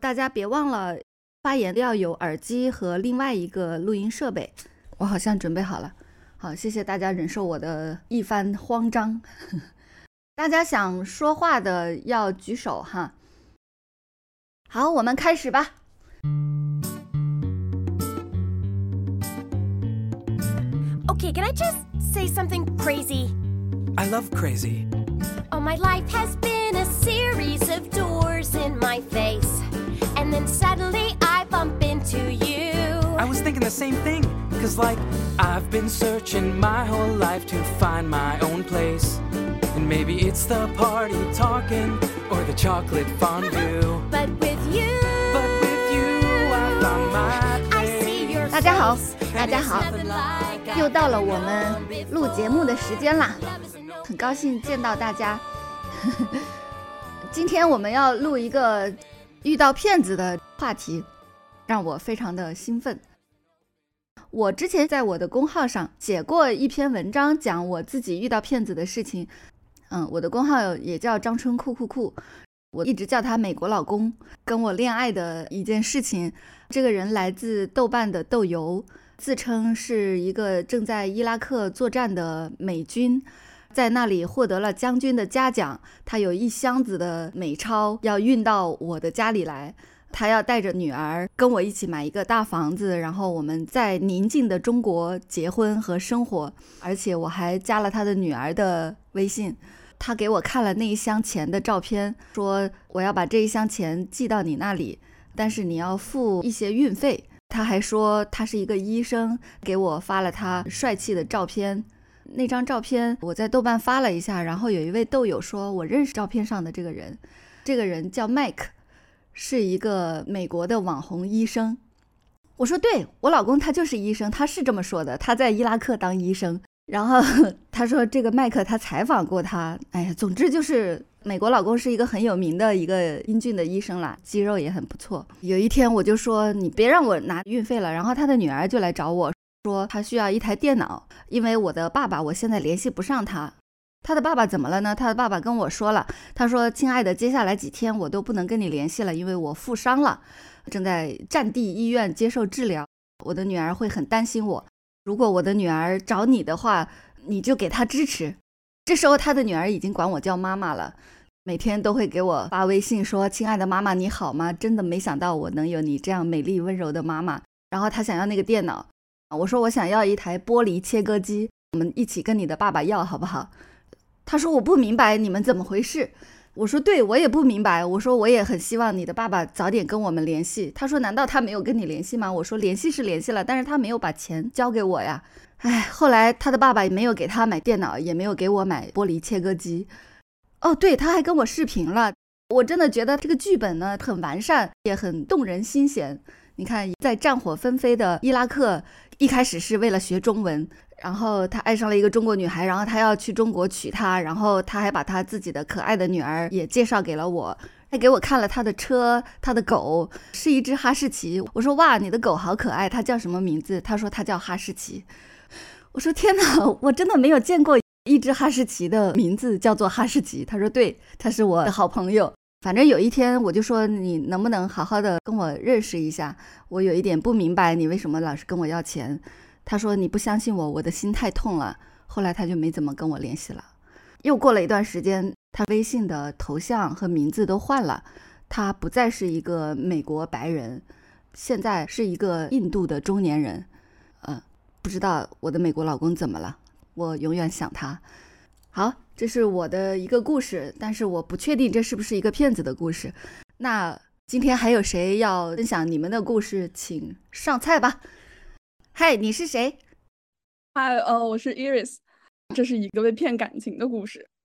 大家别忘了发言要有耳机和另外一个录音设备。我好像准备好了。好，谢谢大家忍受我的一番慌张。大家想说话的要举手哈。好，我们开始吧。 Okay, can I just say something crazy? I love crazy. Oh, my life has been a series of doors in my face. And then suddenly I bump into you. I was thinking the same thing. Cause like, I've been searching my whole life to find my own place. And maybe it's the party talking or the chocolate fondue. But with you, I found my place. I see your 大家好， face, 大家好， and there's nothing like I 又到了我们录节目的时间啦，很高兴见到大家。今天我们要录一个遇到骗子的话题，让我非常的兴奋。我之前在我的公号上写过一篇文章，讲我自己遇到骗子的事情。我的公号也叫张春酷酷酷，我一直叫他美国老公。跟我恋爱的一件事情，这个人来自豆瓣的豆油，自称是一个正在伊拉克作战的美军，在那里获得了将军的嘉奖。他有一箱子的美钞要运到我的家里来，他要带着女儿跟我一起买一个大房子，然后我们在宁静的中国结婚和生活。而且我还加了他的女儿的微信，他给我看了那一箱钱的照片，说我要把这一箱钱寄到你那里，但是你要付一些运费。他还说他是一个医生，给我发了他帅气的照片。那张照片我在豆瓣发了一下，然后有一位豆友说我认识照片上的这个人，这个人叫麦克，是一个美国的网红医生。我说对，我老公他就是医生，他是这么说的，他在伊拉克当医生。然后他说这个麦克他采访过他，哎呀，总之就是美国老公是一个很有名的一个英俊的医生啦，肌肉也很不错。有一天我就说你别让我拿运费了，然后他的女儿就来找我说他需要一台电脑，因为我的爸爸我现在联系不上他。他的爸爸怎么了呢？他的爸爸跟我说了，他说亲爱的，接下来几天我都不能跟你联系了，因为我负伤了，正在战地医院接受治疗，我的女儿会很担心我，如果我的女儿找你的话，你就给她支持。这时候他的女儿已经管我叫妈妈了，每天都会给我发微信说亲爱的妈妈你好吗？真的没想到我能有你这样美丽温柔的妈妈。然后他想要那个电脑，我说我想要一台玻璃切割机，我们一起跟你的爸爸要好不好？他说我不明白你们怎么回事。我说对，我也不明白。我说我也很希望你的爸爸早点跟我们联系。他说难道他没有跟你联系吗？我说联系是联系了，但是他没有把钱交给我呀。后来他的爸爸也没有给他买电脑，也没有给我买玻璃切割机。哦对，他还跟我视频了。我真的觉得这个剧本呢很完善，也很动人心弦。你看在战火纷飞的伊拉克，一开始是为了学中文，然后他爱上了一个中国女孩，然后他要去中国娶她，然后他还把他自己的可爱的女儿也介绍给了我，还给我看了他的车，他的狗是一只哈士奇。我说哇，你的狗好可爱，它叫什么名字？他说它叫哈士奇。我说天哪，我真的没有见过一只哈士奇的名字叫做哈士奇。他说对，他是我的好朋友。反正有一天我就说你能不能好好的跟我认识一下，我有一点不明白你为什么老是跟我要钱。他说你不相信我，我的心太痛了。后来他就没怎么跟我联系了。又过了一段时间，他微信的头像和名字都换了，他不再是一个美国白人，现在是一个印度的中年人。不知道我的美国老公怎么了，我永远想他。好，这是我的一个故事，但是我不确定这是不是一个骗子的故事。那今天还有谁要分享你们的故事，请上菜吧。嗨，你是谁？ 嗨，我是 Iris， 这是一个被骗感情的故事。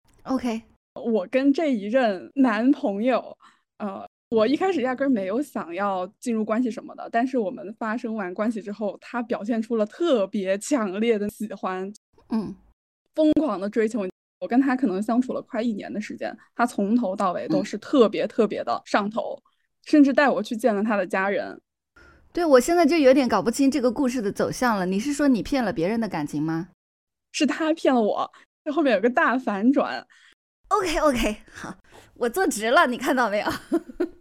OK， 我跟这一任男朋友，我一开始压根没有想要进入关系什么的，但是我们发生完关系之后，他表现出了特别强烈的喜欢，疯狂的追求。我跟他可能相处了快1年的时间，他从头到尾都是特别特别的上头，甚至带我去见了他的家人。 对，我现在就有点搞不清这个故事的走向了。你是说你骗了别人的感情吗？ 是他骗了我，这后面有个大反转。 OK， 好，我坐直了，你看到没有？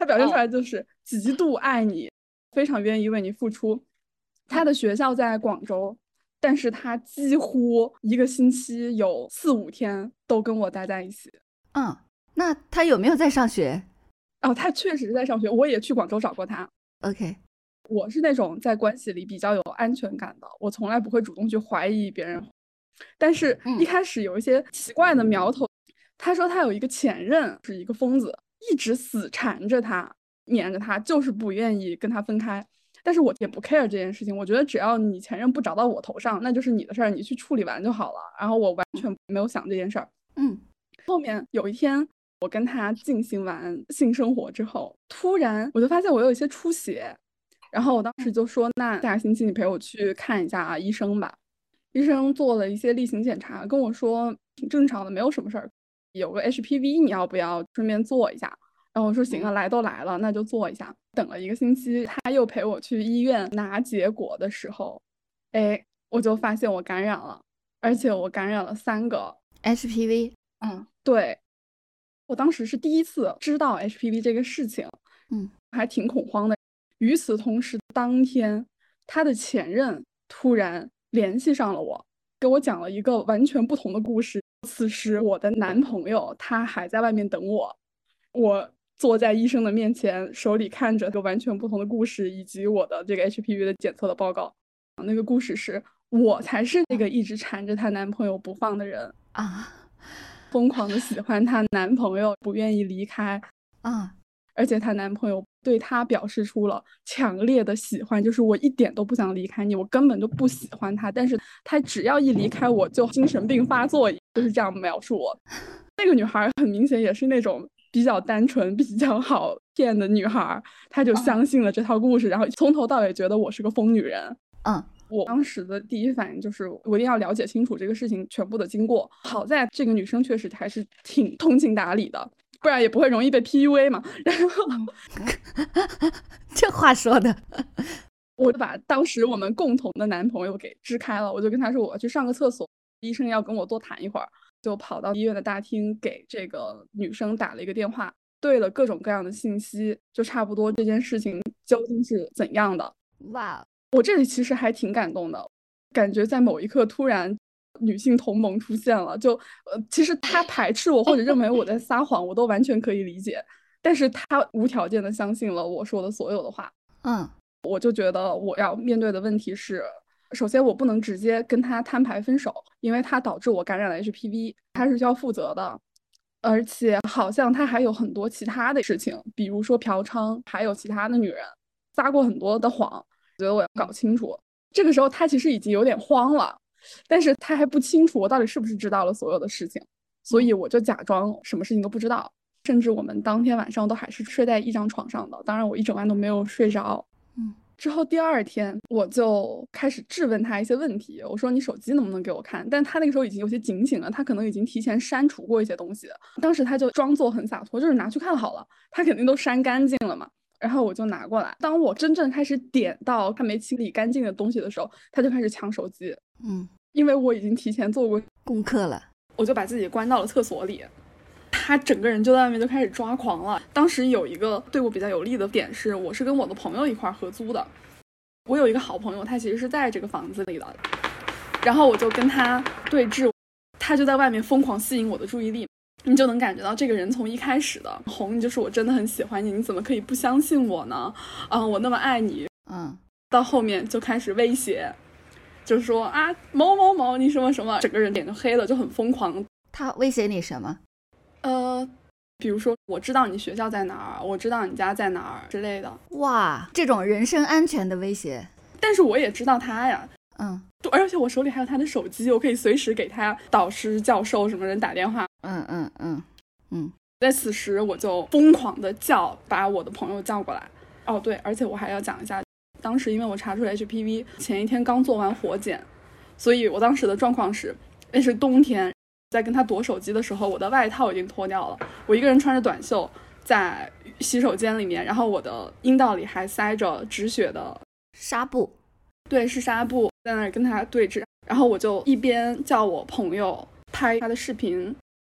他表现出来就是极度爱你，非常愿意为你付出。他的学校在广州，但是他几乎一个星期有4-5天都跟我待在一起。 那他有没有在上学？ 他确实是在上学，我也去广州找过他。 OK， 我是那种在关系里比较有安全感的，我从来不会主动去怀疑别人。但是一开始有一些奇怪的苗头。他说他有一个前任是一个疯子，一直死缠着他，黏着他，就是不愿意跟他分开。但是我也不 care 这件事情，我觉得只要你前任不找到我头上，那就是你的事儿，你去处理完就好了。然后我完全没有想这件事儿。后面有一天我跟他进行完性生活之后，突然我就发现我有一些出血，然后我当时就说那下个星期你陪我去看一下医生吧。医生做了一些例行检查，跟我说挺正常的，没有什么事儿，有个 HPV 你要不要顺便做一下。然后我说行啊，来都来了，那就做一下。等了1个星期，他又陪我去医院拿结果的时候，我就发现我感染了，而且我感染了3个 HPV。 对，我当时是第一次知道 HPV 这个事情，还挺恐慌的。与此同时，当天他的前任突然联系上了我，给我讲了一个完全不同的故事。此时我的男朋友他还在外面等我，我坐在医生的面前，手里看着个完全不同的故事，以及我的这个 HPV 的检测的报告。那个故事是我才是那个一直缠着她男朋友不放的人疯狂的喜欢她男朋友，不愿意离开而且她男朋友对她表示出了强烈的喜欢，就是我一点都不想离开你，我根本就不喜欢他，但是他只要一离开我就精神病发作，就是这样描述我。那个女孩很明显也是那种比较单纯比较好骗的女孩，她就相信了这套故事，然后从头到尾觉得我是个疯女人。我当时的第一反应就是我一定要了解清楚这个事情全部的经过。好在这个女生确实还是挺通情达理的，不然也不会容易被 PUA 嘛。然后这话说的我就把当时我们共同的男朋友给支开了，我就跟他说我要去上个厕所，医生要跟我多谈一会儿，就跑到医院的大厅给这个女生打了一个电话，对了各种各样的信息，就差不多这件事情究竟是怎样的。我这里其实还挺感动的，感觉在某一刻突然女性同盟出现了。就其实他排斥我或者认为我在撒谎，我都完全可以理解，但是他无条件的相信了我说的所有的话。我就觉得我要面对的问题是，首先我不能直接跟他摊牌分手，因为他导致我感染了 HPV， 他是需要负责的。而且好像他还有很多其他的事情，比如说嫖娼，还有其他的女人，撒过很多的谎，觉得我要搞清楚。这个时候他其实已经有点慌了，但是他还不清楚我到底是不是知道了所有的事情，所以我就假装什么事情都不知道。甚至我们当天晚上都还是睡在一张床上的，当然我一整晚都没有睡着。之后第2天我就开始质问他一些问题，我说你手机能不能给我看，但他那个时候已经有些警醒了，他可能已经提前删除过一些东西。当时他就装作很洒脱，就是拿去看好了，他肯定都删干净了嘛。然后我就拿过来，当我真正开始点到他没清理干净的东西的时候，他就开始抢手机。因为我已经提前做过功课了， 我就把自己关到了厕所里。他整个人就在外面就开始抓狂了。当时有一个对我比较有利的点是，我是跟我的朋友一块合租的，我有一个好朋友他其实是在这个房子里的，然后我就跟他对峙，他就在外面疯狂吸引我的注意力。你就能感觉到这个人从一开始的红，就是我真的很喜欢你，你怎么可以不相信我呢？我那么爱你。到后面就开始威胁，就是说某某某你什么什么，整个人脸就黑了，就很疯狂。 他威胁你什么？ 比如说我知道你学校在哪儿，我知道你家在哪儿之类的。 哇，这种人身安全的威胁。 但是我也知道他呀。而且我手里还有他的手机，我可以随时给他导师教授什么人打电话。在此时我就疯狂的把我的朋友叫过来。对，而且我还要讲一下，当时因为我查出 HPV 前一天刚做完活检，所以我当时的状况是那是冬天，在跟他夺手机的时候，我的外套已经脱掉了，我一个人穿着短袖在洗手间里面，然后我的阴道里还塞着止血的纱布。 对，是纱布，在那儿跟他对峙。然后我就一边叫我朋友拍他的视频，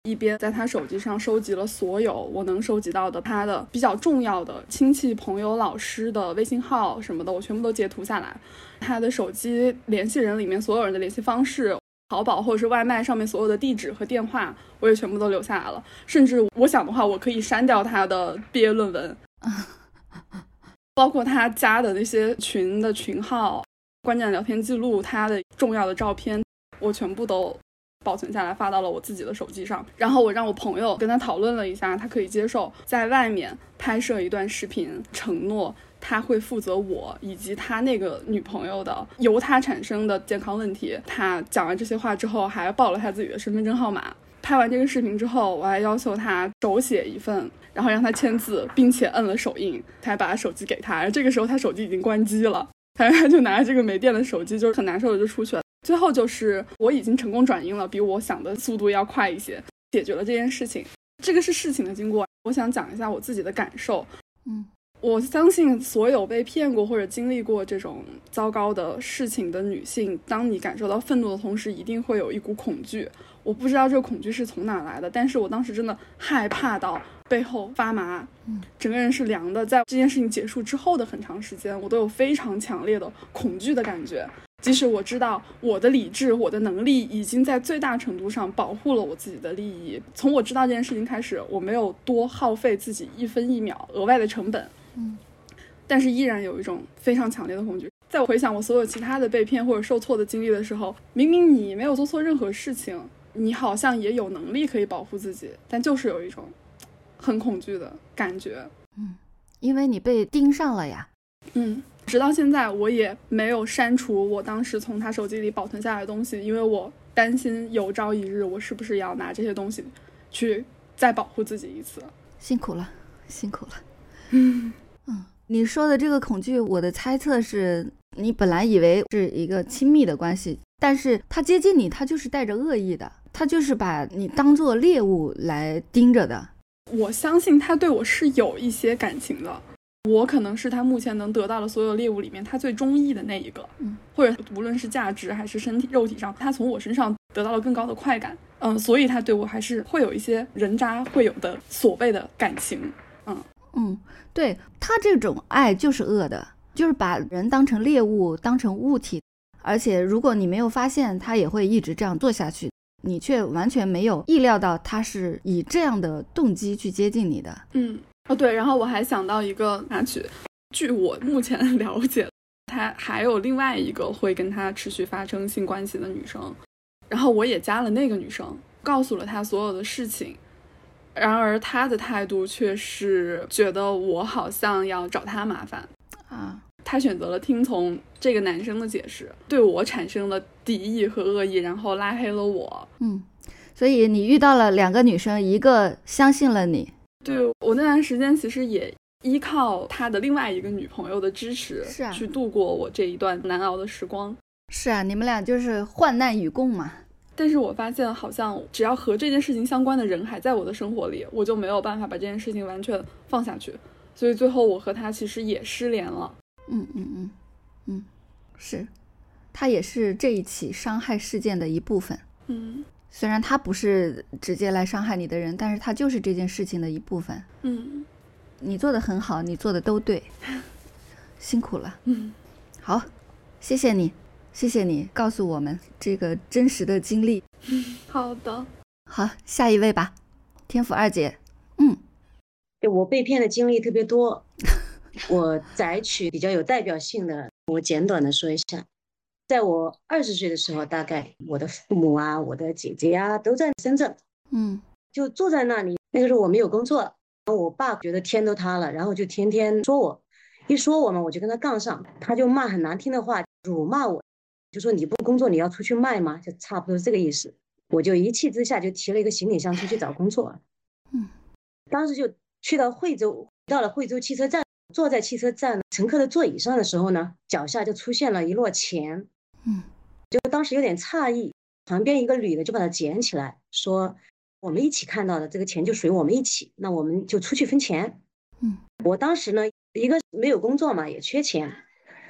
一边在他手机上收集了所有我能收集到的他的比较重要的亲戚朋友老师的微信号什么的，我全部都截图下来。他的手机联系人里面所有人的联系方式，淘宝或者是外卖上面所有的地址和电话我也全部都留下来了。甚至我想的话，我可以删掉他的毕业论文包括他加的那些群的群号、关键聊天记录、他的重要的照片，我全部都保存下来发到了我自己的手机上。然后我让我朋友跟他讨论了一下，他可以接受在外面拍摄一段视频，承诺他会负责我以及他那个女朋友的由他产生的健康问题。他讲完这些话之后还报了他自己的身份证号码。拍完这个视频之后，我还要求他手写一份，然后让他签字，并且摁了手印，才把手机给他。这个时候他手机已经关机了，他就拿着这个没电的手机，就是很难受的就出去了。最后就是我已经成功转阴了，比我想的速度要快一些，解决了这件事情。这个是事情的经过，我想讲一下我自己的感受。我相信所有被骗过或者经历过这种糟糕的事情的女性，当你感受到愤怒的同时，一定会有一股恐惧。我不知道这个恐惧是从哪来的，但是我当时真的害怕到背后发麻，整个人是凉的。在这件事情结束之后的很长时间，我都有非常强烈的恐惧的感觉。即使我知道我的理智、我的能力已经在最大程度上保护了我自己的利益，从我知道这件事情开始，我没有多耗费自己一分一秒额外的成本，但是依然有一种非常强烈的恐惧。在我回想我所有其他的被骗或者受挫的经历的时候，明明你没有做错任何事情，你好像也有能力可以保护自己，但就是有一种很恐惧的感觉。 因为你被盯上了呀。 直到现在我也没有删除我当时从他手机里保存下来的东西，因为我担心有朝一日我是不是要拿这些东西去再保护自己一次。 辛苦了，辛苦了。你说的这个恐惧，我的猜测是你本来以为是一个亲密的关系，但是他接近你，他就是带着恶意的，他就是把你当作猎物来盯着的。 我相信他对我是有一些感情的，我可能是他目前能得到的所有猎物里面他最中意的那一个，或者无论是价值还是身体肉体上，他从我身上得到了更高的快感，所以他对我还是会有一些人渣会有的所谓的感情。 对，他这种爱就是恶的，就是把人当成猎物，当成物体，而且如果你没有发现，他也会一直这样做下去，你却完全没有意料到他是以这样的动机去接近你的。 对，然后我还想到一个插曲，据我目前了解，他还有另外一个会跟他持续发生性关系的女生，然后我也加了那个女生，告诉了他所有的事情，然而他的态度却是觉得我好像要找他麻烦他选择了听从这个男生的解释，对我产生了敌意和恶意，然后拉黑了我。 所以你遇到了两个女生，一个相信了你。 对，我那段时间其实也依靠他的另外一个女朋友的支持，去度过我这一段难熬的时光。 是啊，你们俩就是患难与共嘛。 但是我发现好像只要和这件事情相关的人还在我的生活里，我就没有办法把这件事情完全放下去，所以最后我和他其实也失联了。 是，他也是这一起伤害事件的一部分。虽然他不是直接来伤害你的人，但是他就是这件事情的一部分。你做得很好，你做的都对，辛苦了。好，谢谢你，谢谢你告诉我们这个真实的经历。 好的， 好，下一位吧，天府二姐。 我被骗的经历特别多，我摘取比较有代表性的，我简短的说一下。在我20岁的时候，大概我的父母啊，我的姐姐啊都在深圳，就坐在那里。那个时候我没有工作，我爸觉得天都塌了，然后就天天说我，一说我嘛，我就跟他杠上，他就骂很难听的话，辱骂我，就说你不工作你要出去卖吗？就差不多这个意思。我就一气之下就提了一个行李箱出去找工作。当时就去到惠州，到了惠州汽车站，坐在汽车站乘客的座椅上的时候呢，脚下就出现了一摞钱。就当时有点诧异，旁边一个女的就把它捡起来，说我们一起看到的这个钱就属于我们一起，那我们就出去分钱。我当时呢，一个没有工作嘛，也缺钱，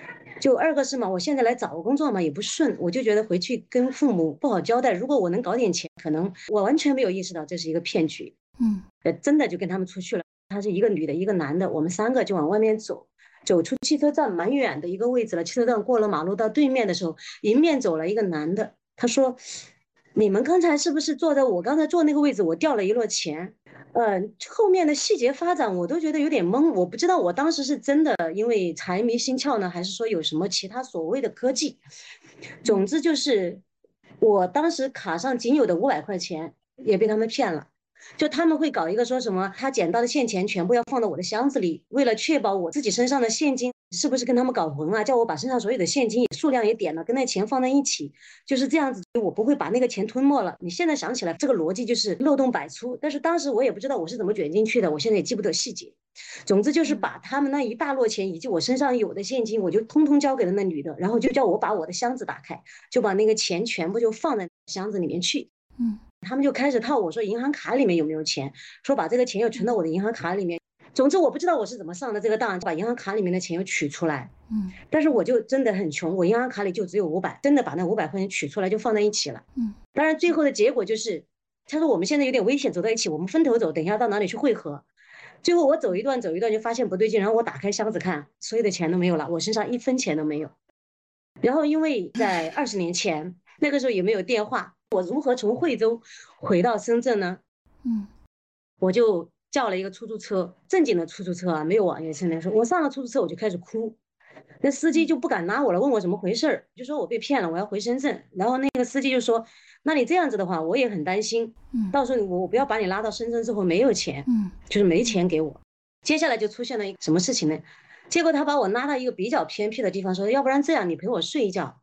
就二个是嘛，我现在来找个工作嘛也不顺，我就觉得回去跟父母不好交代。如果我能搞点钱，可能我完全没有意识到这是一个骗局。真的就跟他们出去了。他是一个女的，一个男的，我们3个就往外面走，走出汽车站蛮远的一个位置了。汽车站过了马路到对面的时候，迎面走了一个男的，他说：“你们刚才是不是坐在我刚才坐那个位置？我掉了一摞钱。”后面的细节发展我都觉得有点懵，我不知道我当时是真的因为财迷心窍呢，还是说有什么其他所谓的科技。总之就是我当时卡上仅有的500块钱也被他们骗了。就他们会搞一个说什么他捡到的现钱全部要放到我的箱子里，为了确保我自己身上的现金是不是跟他们搞混啊，叫我把身上所有的现金数量也点了，跟那钱放在一起，就是这样子，我不会把那个钱吞没了。你现在想起来这个逻辑就是漏洞百出，但是当时我也不知道我是怎么卷进去的，我现在也记不得细节。总之就是把他们那一大摞钱以及我身上有的现金我就通通交给了那女的，然后就叫我把我的箱子打开，就把那个钱全部就放在箱子里面去。他们就开始套我说银行卡里面有没有钱，说把这个钱又存到我的银行卡里面。总之我不知道我是怎么上的这个当，把银行卡里面的钱又取出来。但是我就真的很穷，我银行卡里就只有500，真的把那500块钱取出来就放在一起了。当然最后的结果就是他说我们现在有点危险，走到一起，我们分头走，等一下到哪里去汇合。最后我走一段就发现不对劲，然后我打开箱子看，所有的钱都没有了，我身上1分钱都没有。然后因为在20年前那个时候也没有电话，我如何从惠州回到深圳呢？我就叫了一个出租车，正经的出租车啊，没有网约车的时候，我上了出租车我就开始哭，那司机就不敢拉我了，问我怎么回事，就说我被骗了，我要回深圳。然后那个司机就说，那你这样子的话我也很担心，到时候我不要把你拉到深圳之后没有钱，就是没钱给我。接下来就出现了一个什么事情呢？结果他把我拉到一个比较偏僻的地方，说要不然这样，你陪我睡一觉，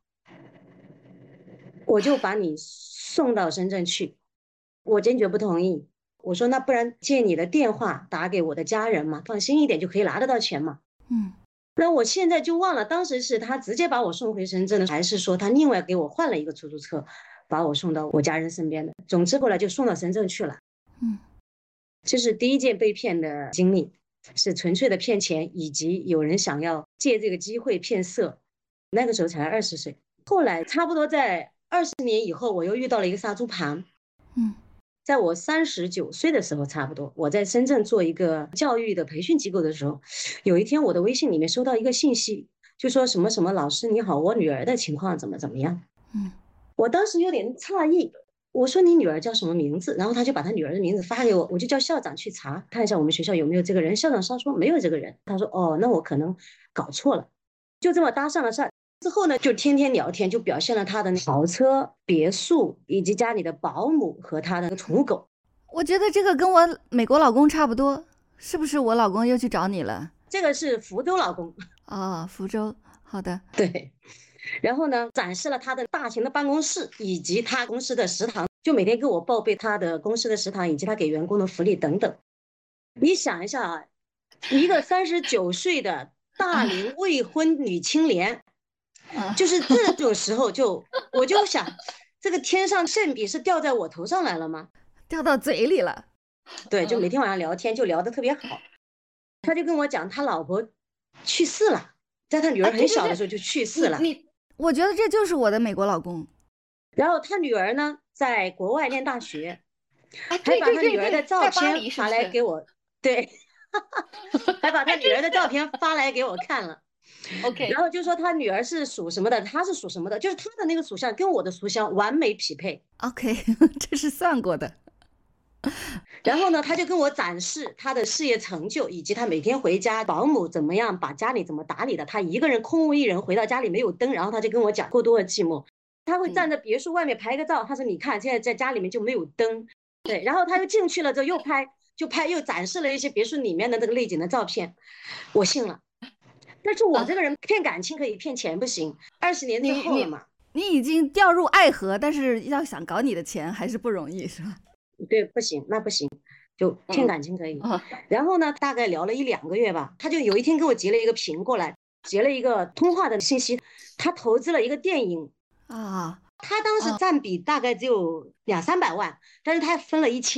我就把你送到深圳去。我坚决不同意，我说那不然借你的电话打给我的家人嘛，放心一点就可以拿得到钱嘛。那我现在就忘了当时是他直接把我送回深圳的，还是说他另外给我换了一个出租车把我送到我家人身边的。总之后来就送到深圳去了。这是第一件被骗的经历，是纯粹的骗钱，以及有人想要借这个机会骗色。那个时候才20岁。后来差不多在20年以后，我又遇到了一个杀猪盘。在我39岁的时候，差不多我在深圳做一个教育的培训机构的时候，有一天我的微信里面收到一个信息，就说什么什么老师你好，我女儿的情况怎么样。我当时有点诧异，我说你女儿叫什么名字？然后他就把他女儿的名字发给我，我就叫校长去查看一下我们学校有没有这个人。校长说没有这个人，他说哦，那我可能搞错了，就这么搭上了事儿。之后呢，就天天聊天，就表现了他的豪车、别墅，以及家里的保姆和他的宠物狗。 我觉得这个跟我美国老公差不多，是不是我老公又去找你了？ 这个是福州老公。 福州，好的。 对。然后呢，展示了他的大型的办公室以及他公司的食堂，就每天给我报备他的公司的食堂以及他给员工的福利等等。你想一下啊，一个39岁的大龄未婚女青年，就是这种时候我就想，这个天上馅饼是掉在我头上来了吗？ 掉到嘴里了。 对，就每天晚上聊天就聊得特别好。他就跟我讲他老婆去世了，在他女儿很小的时候就去世了。 我觉得这就是我的美国老公。 然后他女儿呢在国外念大学，还把他女儿的照片发来给我。对，还把他女儿的照片发来给我看了。 OK， 然后就说他女儿是属什么的，他是属什么的，就是他的那个属相跟我的属相完美匹配。 OK， 这是算过的。 然后呢，他就跟我展示他的事业成就，以及他每天回家保姆怎么样把家里怎么打理的。他一个人空无一人回到家里没有灯，然后他就跟我讲过多的寂寞。他会站在别墅外面拍个照，他说你看现在在家里面就没有灯。对，然后他又进去了之后又展示了一些别墅里面的这个内景的照片。我信了。但是我这个人骗感情可以，骗钱不行。20年之后了嘛， 你已经掉入爱河，但是要想搞你的钱还是不容易，是吧？ 对，不行，那不行，就骗感情可以。然后呢，大概聊了1-2个月吧，他就有一天给我截了一个屏过来，截了一个通话的信息，他投资了一个电影啊，他当时占比大概只有200-300万，但是他分了1000万。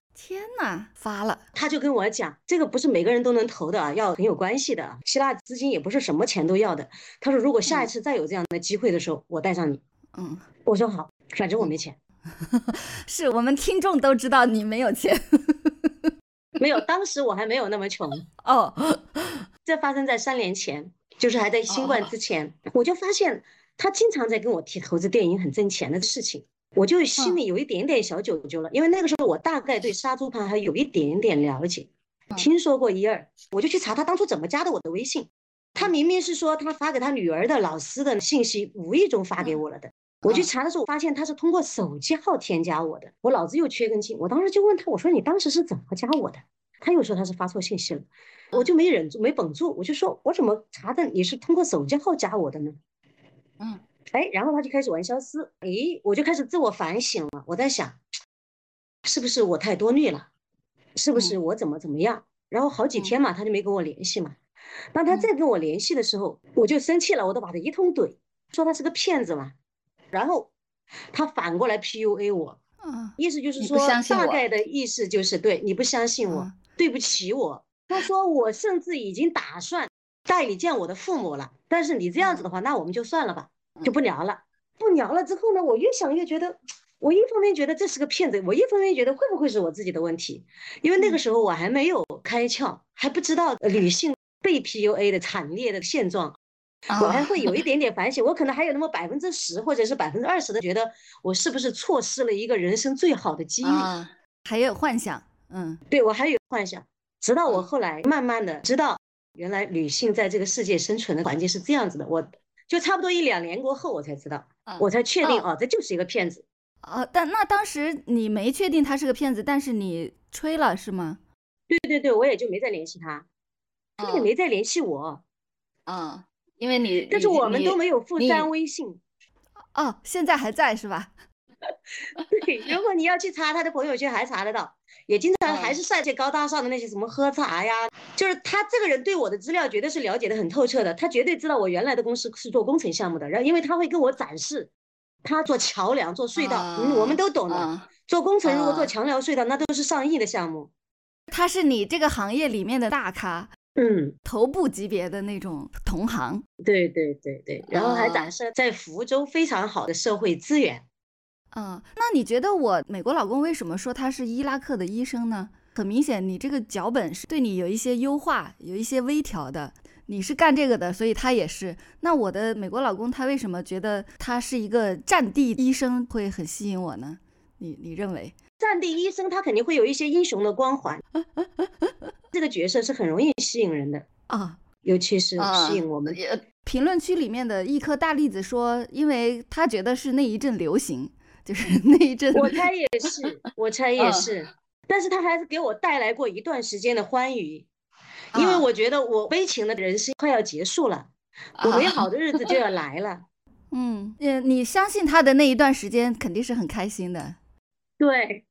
天哪，发了。 他就跟我讲，这个不是每个人都能投的，要很有关系的。希腊资金也不是什么钱都要的。他说，如果下一次再有这样的机会的时候，我带上你。我说好，反正我没钱。 是我们听众都知道你没有钱。 没有，当时我还没有那么穷。 哦， 这发生在3年前，就是还在新冠之前，我就发现他经常在跟我提投资电影很挣钱的事情。我就心里有一点点小九九了，因为那个时候我大概对杀猪盘还有一点点了解，听说过一二，我就去查他当初怎么加的我的微信。他明明是说他发给他女儿的老师的信息无意中发给我了的。我去查的时候，我发现他是通过手机号添加我的，我脑子又缺根筋。我当时就问他，我说你当时是怎么加我的？他又说他是发错信息了，我就没忍住，没绷住，我就说我怎么查的你是通过手机号加我的呢？然后他就开始玩消失，我就开始自我反省了。我在想，是不是我太多虑了？是不是我怎么样？然后好几天嘛，他就没跟我联系嘛。当他再跟我联系的时候，我就生气了，我都把他一通怼，说他是个骗子嘛。然后他反过来 PUA 我，意思就是说，大概的意思就是对你不相信我，对不起我。他说我甚至已经打算带你见我的父母了，但是你这样子的话，那我们就算了吧。就不聊了。不聊了之后呢，我越想越觉得，我一方面觉得这是个骗子，我一方面觉得会不会是我自己的问题？因为那个时候我还没有开窍，还不知道女性被 PUA 的惨烈的现状，我还会有一点点反省，我可能还有那么10%或者是20%的觉得我是不是错失了一个人生最好的机遇， 还有幻想。 对，我还有幻想，直到我后来慢慢的知道，原来女性在这个世界生存的环境是这样子的，我就差不多1-2年过后，我才知道，我才确定这就是一个骗子。 但那当时你没确定他是个骗子，但是你吹了是吗？ 对，我也就没再联系他，他也没再联系我。 因为你， 但是我们都没有互删微信。 现在还在是吧？ 对，如果你要去查他的朋友圈，还查得到，也经常还是晒些高大上的那些什么喝茶呀。就是他这个人对我的资料绝对是了解的很透彻的，他绝对知道我原来的公司是做工程项目的，然后因为他会跟我展示，他做桥梁、做隧道，我们都懂的。做工程如果做桥梁、隧道，那都是上亿的项目。 他是你这个行业里面的大咖，头部级别的那种同行。 对，然后还展示在福州非常好的社会资源。 那你觉得我美国老公为什么说他是伊拉克的医生呢？很明显你这个脚本是对你有一些优化，有一些微调的，你是干这个的，所以他也是。那我的美国老公他为什么觉得他是一个战地医生会很吸引我呢？你认为？ 战地医生他肯定会有一些英雄的光环，这个角色是很容易吸引人的尤其是吸引我们。 评论区里面的一颗大栗子说，因为他觉得是那一阵流行，就是那一阵。 我猜也是，但是他还是给我带来过一段时间的欢愉，因为我觉得我悲情的人生快要结束了，我美好的日子就要来了。 你相信他的那一段时间肯定是很开心的。 对，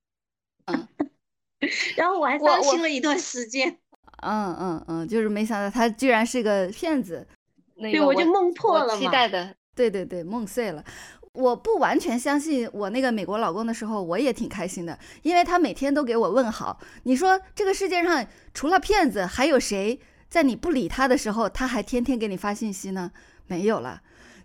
然后我还伤心了一段时间。 就是没想到他居然是个骗子。 对，我就梦破了嘛。 期待的，对，梦碎了。我不完全相信我那个美国老公的时候，我也挺开心的，因为他每天都给我问好。你说这个世界上除了骗子，还有谁在你不理他的时候，他还天天给你发信息呢？没有了。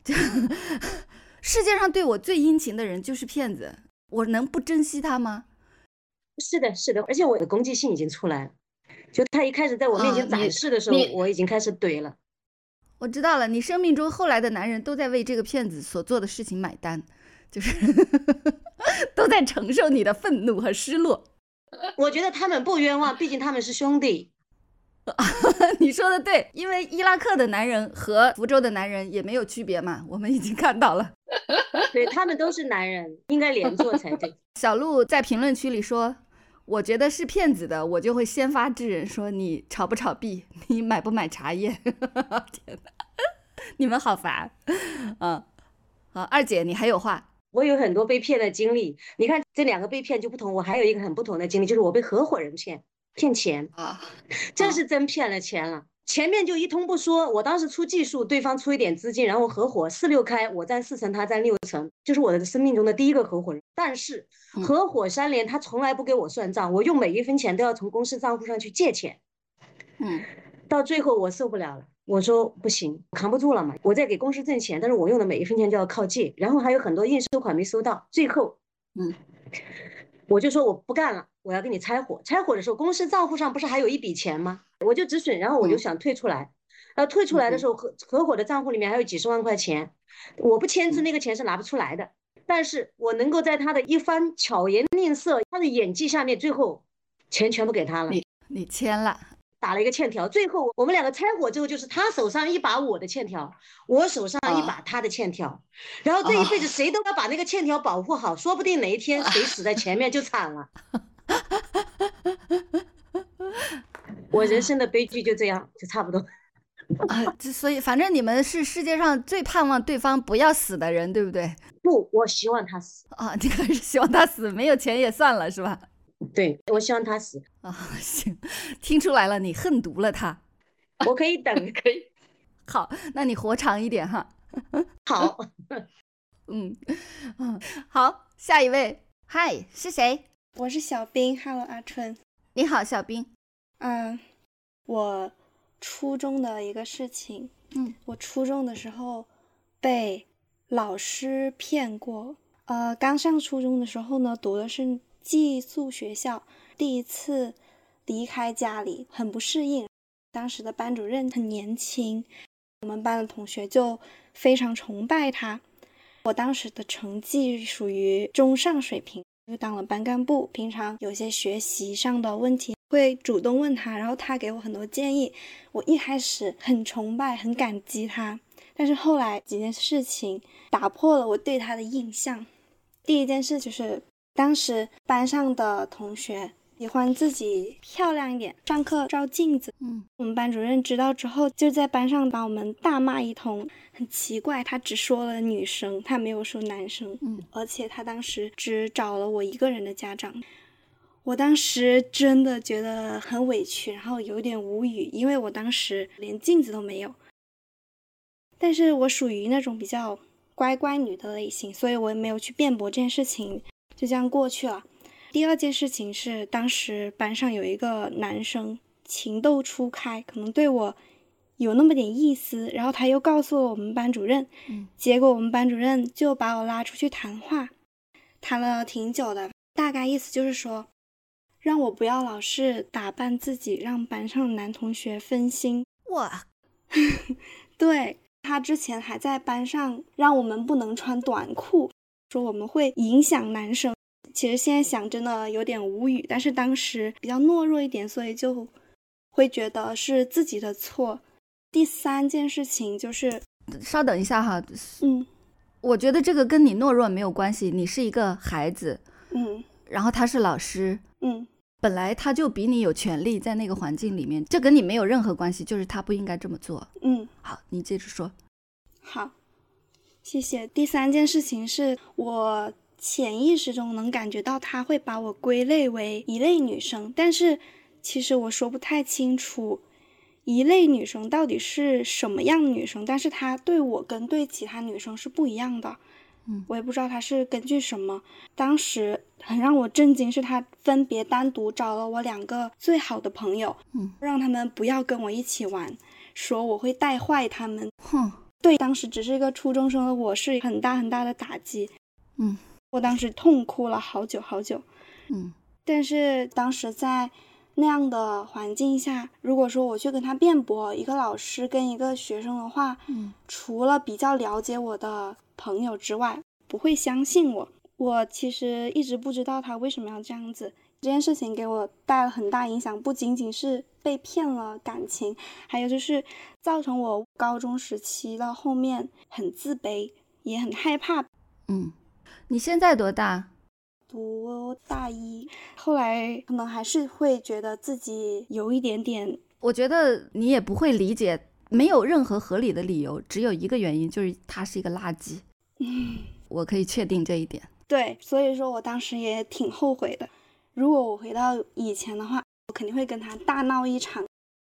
世界上对我最殷勤的人就是骗子，我能不珍惜他吗？ 是的，而且我的攻击性已经出来了，就他一开始在我面前展示的时候，我已经开始怼了。 我知道了，你生命中后来的男人都在为这个骗子所做的事情买单，就是都在承受你的愤怒和失落。 我觉得他们不冤枉，毕竟他们是兄弟。 你说的对，因为伊拉克的男人和福州的男人也没有区别嘛，我们已经看到了。 对，他们都是男人，应该连坐才对。 小鹿在评论区里说，我觉得是骗子的，我就会先发制人，说你炒不炒币，你买不买茶叶。天哪，你们好烦。好，二姐你还有话？ 我有很多被骗的经历，你看这2个被骗就不同，我还有一个很不同的经历，就是我被合伙人骗钱这是真骗了钱了。 前面就一通不说，我当时出技术，对方出一点资金，然后合伙4-6开，我占4成，他占6成，就是我的生命中的第一个合伙人。但是合伙3年，他从来不给我算账，我用每一分钱都要从公司账户上去借钱。到最后我受不了了，我说不行，扛不住了嘛，我在给公司挣钱，但是我用的每一分钱就要靠借，然后还有很多应收款没收到，最后我就说我不干了，我要跟你拆伙。拆伙的时候，公司账户上不是还有一笔钱吗？我就止损，然后我就想退出来。退出来的时候，合伙的账户里面还有几十万块钱，我不签字，那个钱是拿不出来的。但是我能够在他的一番巧言令色，他的演技下面，最后钱全部给他了。 你签了， 打了一个欠条。最后我们2个拆伙之后，就是他手上一把我的欠条，我手上一把他的欠条。然后这一辈子谁都要把那个欠条保护好，说不定哪一天谁死在前面就惨了。我人生的悲剧就这样，就差不多。 所以反正你们是世界上最盼望对方不要死的人，对不对？ 不，我希望他死。 你还是希望他死，没有钱也算了，是吧？ 对，我希望他死。 行，听出来了，你恨毒了他。 我可以等，可以。 好，那你活长一点哈。 好。 好，下一位。嗨，是谁？ 我是小冰。Hello， 阿春。 你好，小冰。 我初中的一个事情。我初中的时候被老师骗过。刚上初中的时候呢，读的是寄宿学校，第一次离开家里，很不适应。当时的班主任很年轻，我们班的同学就非常崇拜他。我当时的成绩属于中上水平，就当了班干部，平常有些学习上的问题会主动问他，然后他给我很多建议。我一开始很崇拜，很感激他，但是后来几件事情打破了我对他的印象。第一件事就是当时班上的同学喜欢自己漂亮一点，上课照镜子。我们班主任知道之后，就在班上把我们大骂一通。很奇怪，他只说了女生，他没有说男生。而且他当时只找了我一个人的家长。我当时真的觉得很委屈，然后有点无语，因为我当时连镜子都没有。但是我属于那种比较乖乖女的类型，所以我也没有去辩驳这件事情，就这样过去了。第二件事情是，当时班上有一个男生情窦初开，可能对我有那么点意思，然后他又告诉了我们班主任。结果我们班主任就把我拉出去谈话，谈了挺久的，大概意思就是说让我不要老是打扮自己，让班上的男同学分心。 哇对，他之前还在班上让我们不能穿短裤，说我们会影响男生。其实现在想真的有点无语，但是当时比较懦弱一点，所以就会觉得是自己的错。第三件事情就是， 稍等一下哈。我觉得这个跟你懦弱没有关系，你是一个孩子。然后他是老师。本来他就比你有权利在那个环境里面，这跟你没有任何关系，就是他不应该这么做。好，你接着说。 好，谢谢。第三件事情是我潜意识中能感觉到他会把我归类为一类女生，但是其实我说不太清楚一类女生到底是什么样的女生，但是他对我跟对其他女生是不一样的。我也不知道他是根据什么。当时很让我震惊是他分别单独找了我2个最好的朋友，让他们不要跟我一起玩，说我会带坏他们。对当时只是一个初中生的我是很大很大的打击。我当时痛哭了好久好久。但是当时在那样的环境下，如果说我去跟他辩驳，一个老师跟一个学生的话，除了比较了解我的朋友之外，不会相信我。我其实一直不知道他为什么要这样子。这件事情给我带了很大影响，不仅仅是被骗了感情，还有就是造成我高中时期到后面很自卑，也很害怕。 你现在多大？ 读大一，后来可能还是会觉得自己有一点点。 我觉得你也不会理解，没有任何合理的理由，只有一个原因，就是他是一个垃圾。我可以确定这一点。 对，所以说我当时也挺后悔的。如果我回到以前的话，我肯定会跟他大闹一场。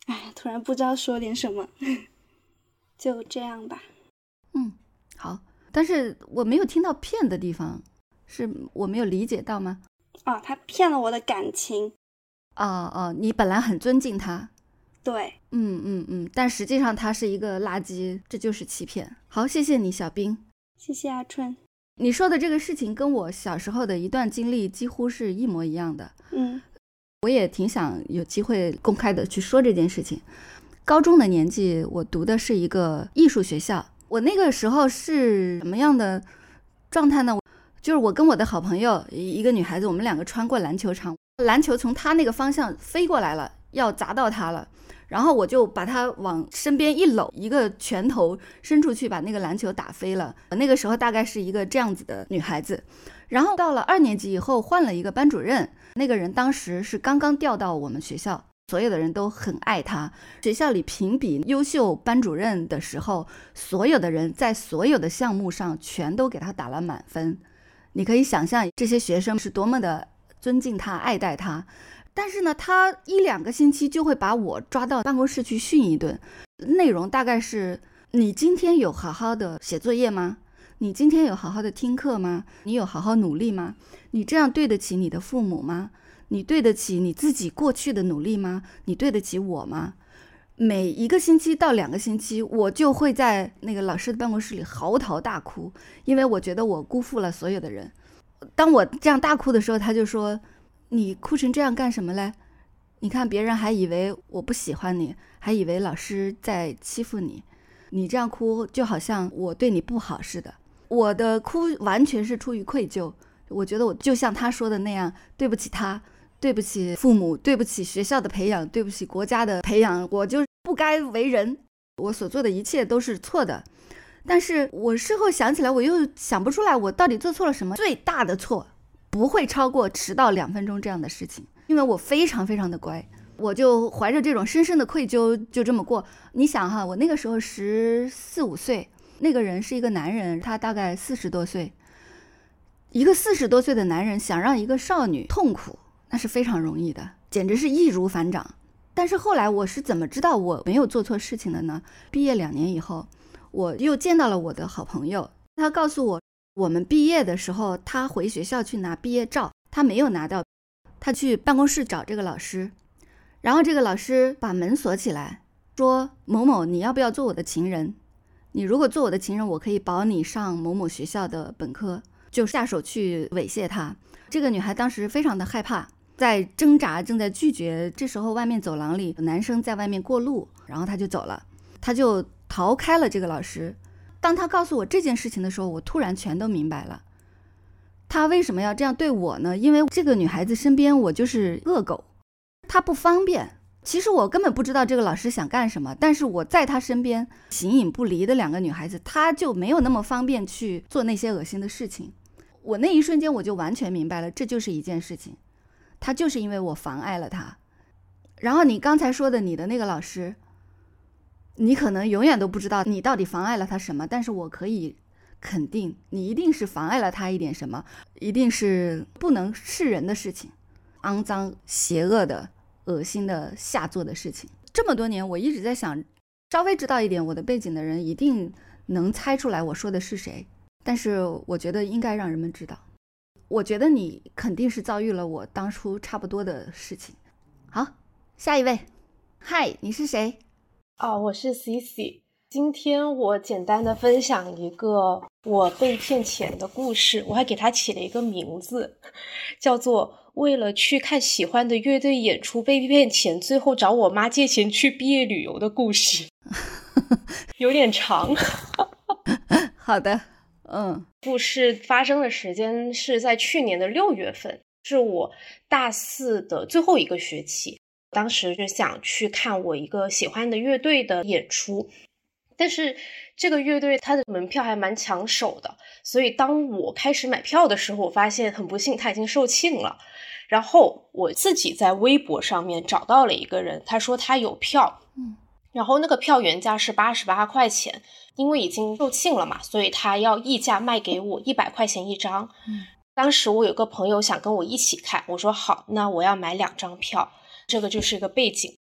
哎，突然不知道说点什么，就这样吧。 好，但是我没有听到骗的地方，是我没有理解到吗？ 他骗了我的感情。 你本来很尊敬他。 对。 但实际上他是一个垃圾，这就是欺骗。好，谢谢你小兵。 谢谢阿春。 你说的这个事情跟我小时候的一段经历几乎是一模一样的。我也挺想有机会公开的去说这件事情。高中的年纪，我读的是一个艺术学校。我那个时候是什么样的状态呢？就是我跟我的好朋友一个女孩子，我们两个穿过篮球场，篮球从她那个方向飞过来了，要砸到她了，然后我就把她往身边一搂，一个拳头伸出去把那个篮球打飞了。那个时候大概是一个这样子的女孩子。然后到了2年级以后换了一个班主任，那个人当时是刚刚调到我们学校，所有的人都很爱他。学校里评比优秀班主任的时候，所有的人在所有的项目上全都给他打了满分。你可以想象这些学生是多么的尊敬他、爱戴他。但是呢，他1-2个星期就会把我抓到办公室去训一顿，内容大概是：你今天有好好的写作业吗？你今天有好好的听课吗？你有好好努力吗？你这样对得起你的父母吗？你对得起你自己过去的努力吗？你对得起我吗？每1个星期到2个星期，我就会在那个老师的办公室里嚎啕大哭，因为我觉得我辜负了所有的人。当我这样大哭的时候，他就说：你哭成这样干什么嘞？你看别人还以为我不喜欢你，还以为老师在欺负你，你这样哭就好像我对你不好似的。我的哭完全是出于愧疚，我觉得我就像他说的那样，对不起他，对不起父母，对不起学校的培养，对不起国家的培养，我就不该为人，我所做的一切都是错的。但是我事后想起来，我又想不出来我到底做错了什么。最大的错不会超过迟到2分钟这样的事情，因为我非常非常的乖，我就怀着这种深深的愧疚就这么过。你想哈，我那个时候14、15岁，那个人是一个男人，他大概40多岁。一个40多岁的男人想让一个少女痛苦，那是非常容易的，简直是易如反掌。但是后来我是怎么知道我没有做错事情的呢？毕业2年以后，我又见到了我的好朋友，他告诉我，我们毕业的时候他回学校去拿毕业照，他没有拿到，他去办公室找这个老师，然后这个老师把门锁起来，说：某某，你要不要做我的情人？你如果做我的情人，我可以保你上某某学校的本科。就下手去猥亵她。这个女孩当时非常的害怕，在挣扎，正在拒绝。这时候外面走廊里有男生在外面过路，然后她就走了，她就逃开了这个老师。当她告诉我这件事情的时候，我突然全都明白了。她为什么要这样对我呢？因为这个女孩子身边我就是恶狗，她不方便。其实我根本不知道这个老师想干什么，但是我在她身边形影不离的2个女孩子，她就没有那么方便去做那些恶心的事情。我那一瞬间我就完全明白了，这就是一件事情，她就是因为我妨碍了她。然后你刚才说的你的那个老师，你可能永远都不知道你到底妨碍了他什么，但是我可以肯定你一定是妨碍了他一点什么，一定是不能示人的事情，肮脏邪恶的恶心的下作的事情。这么多年我一直在想，稍微知道一点我的背景的人一定能猜出来我说的是谁，但是我觉得应该让人们知道。我觉得你肯定是遭遇了我当初差不多的事情。好，下一位。嗨，你是谁？ 我是 CC。 今天我简单的分享一个我被骗钱的故事，我还给它起了一个名字，叫做为了去看喜欢的乐队演出被骗钱，最后找我妈借钱去毕业旅游的故事。有点长。 好的。 故事发生的时间是在去年的6月份，是我大4的最后一个学期。当时就想去看我一个喜欢的乐队的演出，但是这个乐队它的门票还蛮抢手的，所以当我开始买票的时候，我发现很不幸它已经售罄了。然后我自己在微博上面找到了一个人，他说他有票，然后那个票原价是88块钱，因为已经售罄了嘛，所以他要溢价卖给我100块钱一张。当时我有个朋友想跟我一起看，我说好，那我要买2张票。这个就是一个背景。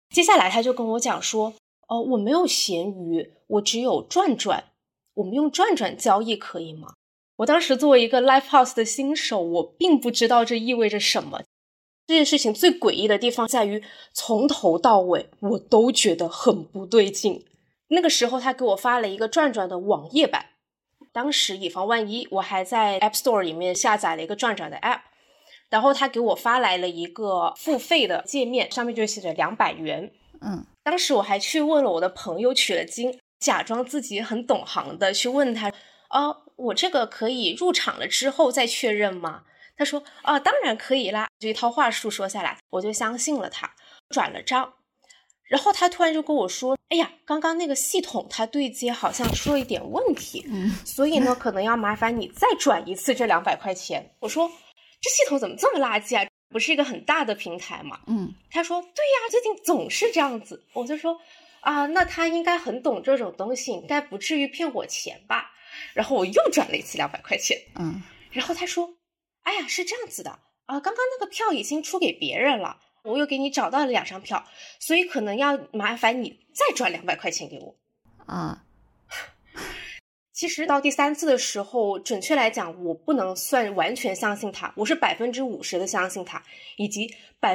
接下来他就跟我讲说，我没有闲鱼，我只有转转，我们用转转交易可以吗？我当时作为一个 live house 的新手，我并不知道这意味着什么。这件事情最诡异的地方在于，从头到尾我都觉得很不对劲。那个时候他给我发了一个转转的网页版，当时以防万一，我还在 App Store 里面下载了一个转转的 App， 然后他给我发来了一个付费的界面，上面就写着200元。当时我还去问了我的朋友取了经，假装自己很懂行的去问他，我这个可以入场了之后再确认吗？他说当然可以啦，这一套话术说下来，我就相信了他，转了账。然后他突然就跟我说，哎呀，刚刚那个系统它对接好像出了一点问题，所以呢可能要麻烦你再转一次这200块钱。我说这系统怎么这么垃圾啊，不是一个很大的平台嘛。他说对呀，最近总是这样子。我就说那他应该很懂这种东西，应该不至于骗我钱吧。然后我又转了一次200块钱。然后他说，哎呀，是这样子的刚刚那个票已经出给别人了，我又给你找到了2张票，所以可能要麻烦你再转200块钱给我。其实到第3次的时候，准确来讲我不能算完全相信他，我是50%的相信他，以及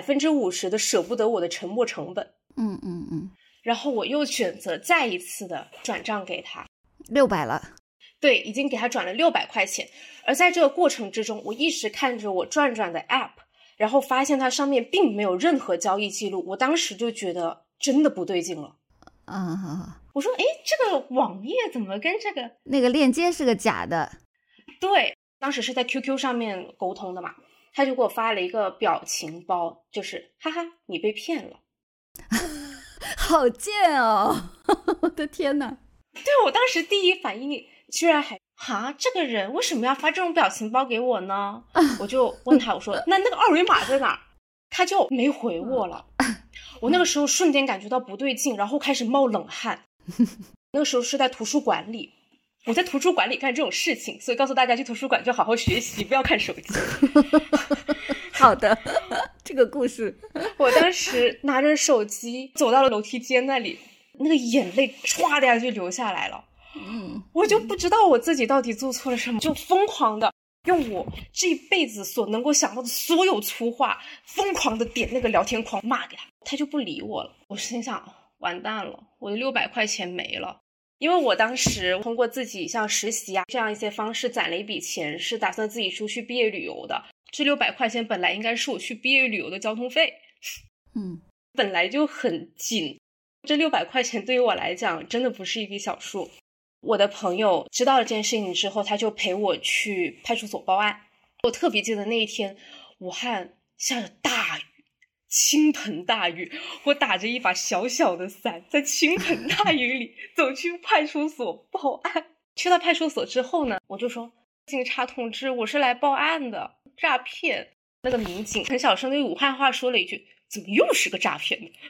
50%的舍不得我的沉没成本。然后我又选择再一次的转账给他 600了。 对，已经给他转了600块钱。而在这个过程之中，我一直看着我转转的 app， 然后发现它上面并没有任何交易记录。我当时就觉得真的不对劲了。我说这个网页怎么跟这个那个链接是个假的？ 对，当时是在 QQ 上面沟通的嘛，他就给我发了一个表情包，就是哈哈你被骗了。 好贱哦我的天哪。 对，我当时第一反应居然还这个人为什么要发这种表情包给我呢？我就问他，我说那个二维码在哪儿？他就没回我了。我那个时候瞬间感觉到不对劲，然后开始冒冷汗。那个时候是在图书馆里，我在图书馆里干这种事情，所以告诉大家去图书馆就好好学习，不要看手机。 好的，这个故事。 我当时拿着手机走到了楼梯间那里，那个眼泪唰的一下就流下来了。我就不知道我自己到底做错了什么，就疯狂的用我这一辈子所能够想到的所有粗话，疯狂的点那个聊天框骂给他，他就不理我了。我心想完蛋了，我的600块钱没了。因为我当时通过自己像实习这样一些方式攒了一笔钱，是打算自己出去毕业旅游的。这600块钱本来应该是我去毕业旅游的交通费，本来就很紧。这600块钱对于我来讲真的不是一笔小数。我的朋友知道了这件事情之后，他就陪我去派出所报案。我特别记得那一天武汉下着大雨，倾盆大雨，我打着一把小小的伞，在倾盆大雨里走去派出所报案。去到派出所之后呢，我就说警察同志，我是来报案的，诈骗。那个民警很小声的用武汉话说了一句，怎么又是个诈骗的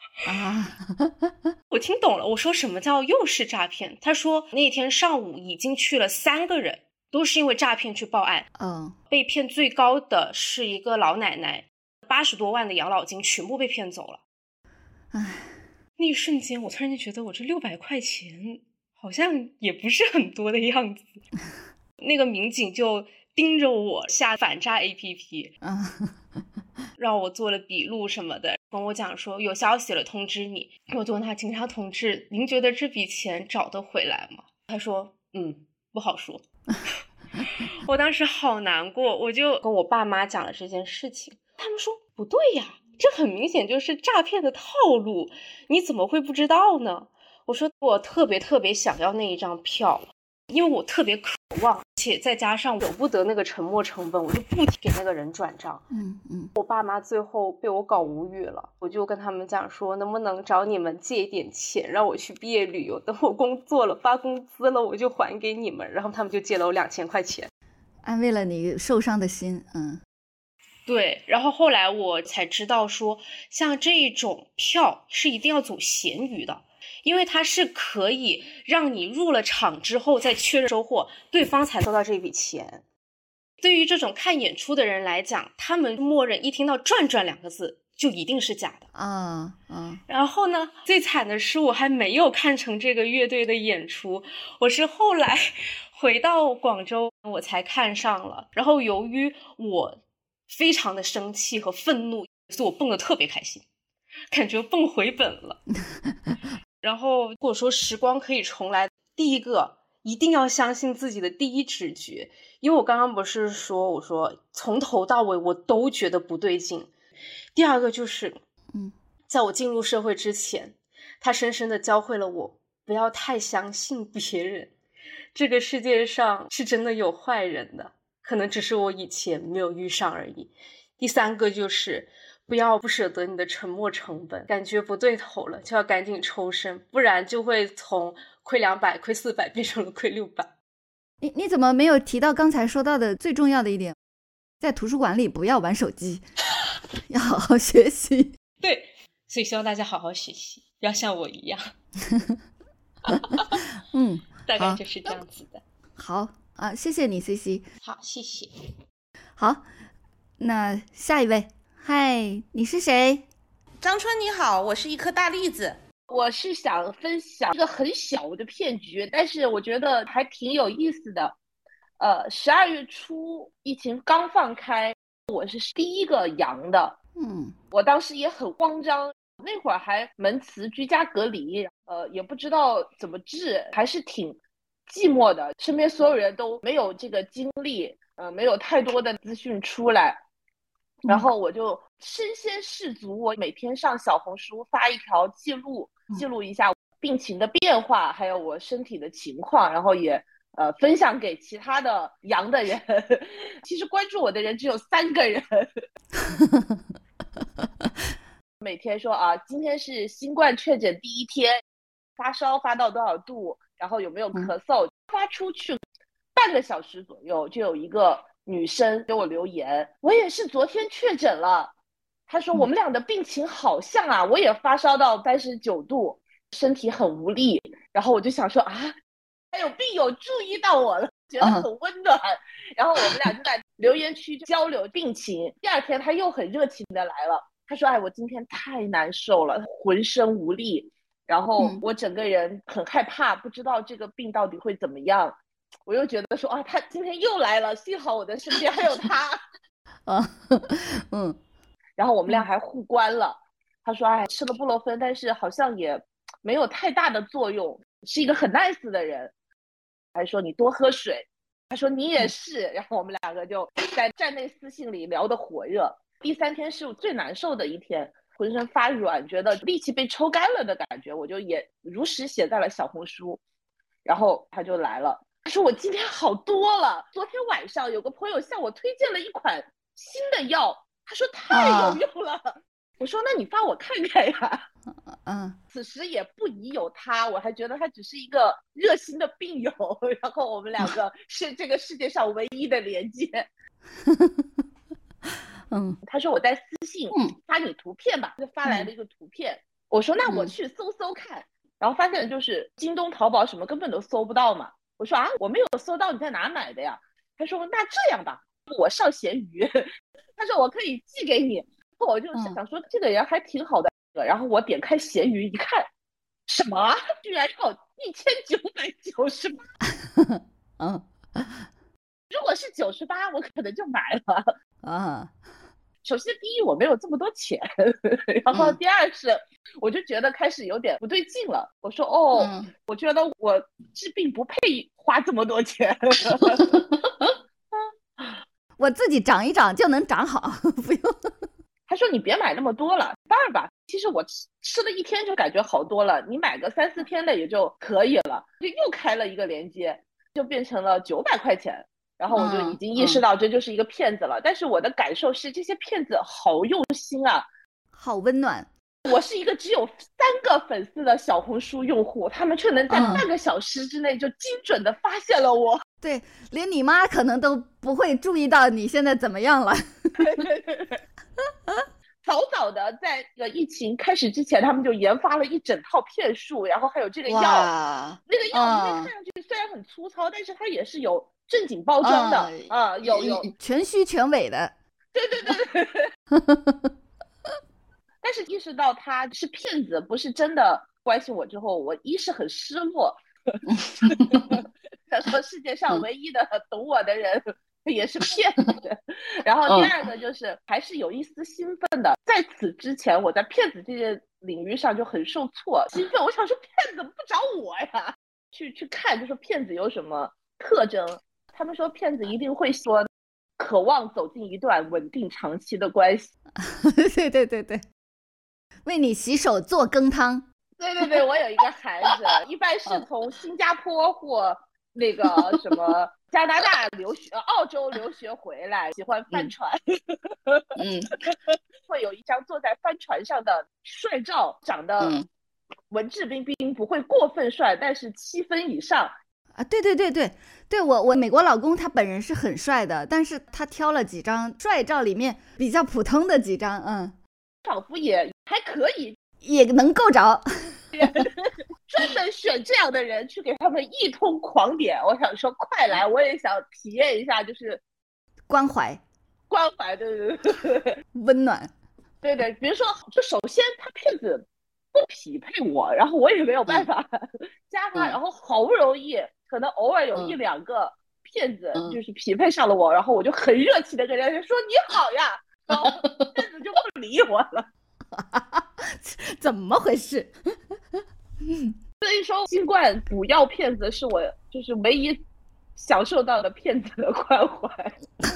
我听懂了，我说什么叫又是诈骗？他说那天上午已经去了3个人，都是因为诈骗去报案。被骗最高的是一个老奶奶，80多万的养老金全部被骗走了。那一瞬间我突然间觉得我这600块钱好像也不是很多的样子。那个民警就盯着我下反诈 APP，让我做了笔录什么的，跟我讲说有消息了通知你。我就问他，警察同志，您觉得这笔钱找得回来吗？他说不好说。我当时好难过，我就跟我爸妈讲了这件事情。他们说不对呀，这很明显就是诈骗的套路，你怎么会不知道呢？我说我特别想要那一张票，因为我特别渴望，且再加上舍不得那个沉没成本，我就不给那个人转账。我爸妈最后被我搞无语了，我就跟他们讲说，能不能找你们借一点钱，让我去毕业旅游，等我工作了发工资了我就还给你们。然后他们就借了我2000块钱， 安慰了你受伤的心。 对，然后后来我才知道说，像这种票是一定要走闲鱼的，因为它是可以让你入了场之后再确认收货，对方才收到这笔钱。对于这种看演出的人来讲，他们默认一听到转转2个字就一定是假的啊。 然后呢，最惨的是我还没有看成这个乐队的演出，我是后来回到广州我才看上了。然后由于我非常的生气和愤怒，所以我蹦得特别开心，感觉蹦回本了。然后如果说时光可以重来，第一个一定要相信自己的第一直觉，因为我刚刚不是说我说从头到尾我都觉得不对劲。第二个就是在我进入社会之前，他深深地教会了我不要太相信别人，这个世界上是真的有坏人的，可能只是我以前没有遇上而已。第三个就是不要不舍得你的沉没成本，感觉不对头了就要赶紧抽身，不然就会从亏200亏400变成了亏600。 你怎么没有提到刚才说到的最重要的一点，在图书馆里不要玩手机，要好好学习。 对，所以希望大家好好学习，不要像我一样。大概就是这样子的。 好啊，谢谢你 CC。 好，谢谢。 好，那下一位。嗨，你是谁？ 张春你好，我是一颗大栗子。我是想分享一个很小的骗局，但是我觉得还挺有意思的。12月初疫情刚放开，我是第一个阳的。我当时也很慌张，那会儿还门磁居家隔离，也不知道怎么治，还是挺寂寞的。身边所有人都没有这个经历，没有太多的资讯出来。然后我就身先士卒，我每天上小红书发一条记录一下病情的变化，还有我身体的情况，然后也分享给其他的阳的人。其实关注我的人只有3个人。每天说今天是新冠确诊第一天，发烧发到多少度，然后有没有咳嗽，发出去半个小时左右就有一个女生给我留言，我也是昨天确诊了。她说我们俩的病情好像啊，我也发烧到39度，身体很无力。然后我就想说还有病友注意到我了，觉得很温暖。然后我们俩就在留言区交流病情。第二天她又很热情的来了，她说我今天太难受了，浑身无力，然后我整个人很害怕，不知道这个病到底会怎么样。我又觉得说他今天又来了，幸好我的身边还有他。然后我们俩还互关了。他说吃了布洛芬，但是好像也没有太大的作用，是一个很 nice 的人。还说你多喝水，他说你也是。然后我们2个就在站内私信里聊得火热。第3天是最难受的一天，浑身发软，觉得力气被抽干了的感觉，我就也如实写在了小红书。然后他就来了，他说我今天好多了，昨天晚上有个朋友向我推荐了一款新的药，他说太有用了。我说那你发我看看呀。此时也不疑有他，我还觉得他只是一个热心的病友，然后我们2个是这个世界上唯一的连接。他说我在私信发你图片吧，就发来了一个图片。我说那我去搜搜看。然后发现就是京东淘宝什么根本都搜不到嘛。我说我没有搜到，你在哪买的呀？他说那这样吧，我上闲鱼。他说我可以寄给你。我就想说这个人还挺好的。然后我点开闲鱼一看，什么居然要1998。如果是98我可能就买了。首先第一我没有这么多钱，然后第二是我就觉得开始有点不对劲了。我说我觉得我治病不配花这么多钱。 我自己长一长就能长好，不用。 他说你别买那么多了，半儿吧。其实我吃了1天就感觉好多了，你买个3、4天的也就可以了。就又开了一个链接，就变成了900块钱。然后我就已经意识到这就是一个骗子了。但是我的感受是这些骗子好用心啊， 好温暖。 我是一个只有3个粉丝的小红书用户，他们却能在半个小时之内就精准的发现了我。 对，连你妈可能都不会注意到你现在怎么样了。 早早的在这个疫情开始之前，他们就研发了一整套骗术，然后还有这个药。那个药因为看上去虽然很粗糙，但是它也是有正经包装的。有全虚全伪的。 对。 但是意识到他是骗子，不是真的关心我之后，我一是很失落，他说世界上唯一的懂我的人也是骗子。然后第二个就是还是有一丝兴奋的，在此之前我在骗子这件领域上就很受挫，兴奋，我想说骗子怎么不找我呀？去看就说骗子有什么特征，他们说骗子一定会说渴望走进一段稳定长期的关系。 对对对对，为你洗手做羹汤。 对对对，我有一个孩子，一般是从新加坡或那个什么加拿大留学、澳洲留学回来，喜欢帆船。会有一张坐在帆船上的帅照，长得文质彬彬，不会过分帅，但是7分以上。 啊，对对对对对，我美国老公他本人是很帅的，但是他挑了几张帅照里面比较普通的几张， 仿佛也还可以， 也能够着。 专门选这样的人去给他们一通狂点。我想说，快来，我也想体验一下，就是关怀， 对对对， 温暖。 对对，比如说，就首先他骗子不匹配我，然后我也没有办法加他，然后好不容易可能偶尔有1、2个骗子就是匹配上了我，然后我就很热情的跟人家说你好呀，然后骗子就不理我了。 怎么回事？ 所以说新冠不要骗子是我就是唯一享受到的骗子的关怀。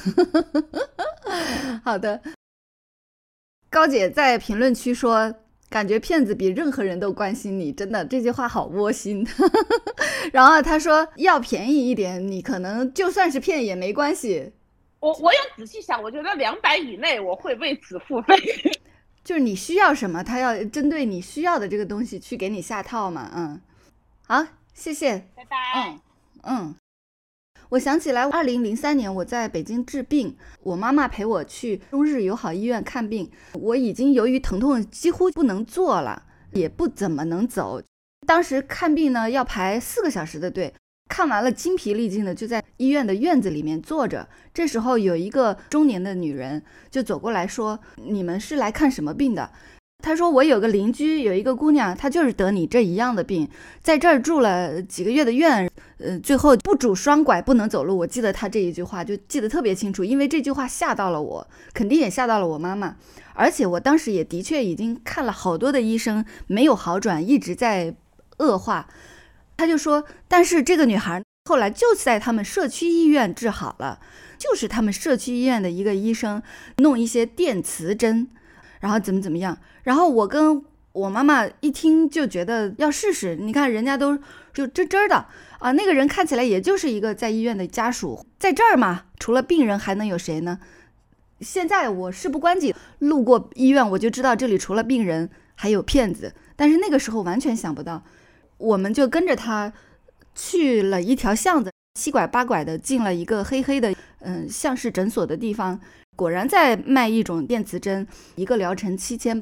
好的，高姐在评论区说感觉骗子比任何人都关心你，真的这句话好窝心。然后她说要便宜一点，你可能就算是骗也没关系。 我有仔细想，我觉得200以内我会为此付费。 就是你需要什么，他要针对你需要的这个东西去给你下套嘛。好，谢谢， 拜拜。 我想起来2003年我在北京治病，我妈妈陪我去中日友好医院看病，我已经由于疼痛几乎不能坐了，也不怎么能走。当时看病呢要排4个小时的队，看完了精疲力尽的就在医院的院子里面坐着。这时候有一个中年的女人就走过来说，你们是来看什么病的？她说我有个邻居有一个姑娘，她就是得你这一样的病，在这儿住了几个月的院，最后不拄双拐不能走路。我记得她这一句话就记得特别清楚，因为这句话吓到了我，肯定也吓到了我妈妈。而且我当时也的确已经看了好多的医生，没有好转，一直在恶化。她就说但是这个女孩后来就在他们社区医院治好了，就是他们社区医院的一个医生弄一些电磁针，然后怎么样。然后我跟我妈妈一听就觉得要试试，你看人家都就真的啊，那个人看起来也就是一个在医院的家属，在这儿嘛，除了病人还能有谁呢？现在我事不关己，路过医院我就知道这里除了病人还有骗子，但是那个时候完全想不到。我们就跟着他去了一条巷子，七拐八拐的进了一个黑黑的像是诊所的地方，果然在卖一种电磁针，一个疗程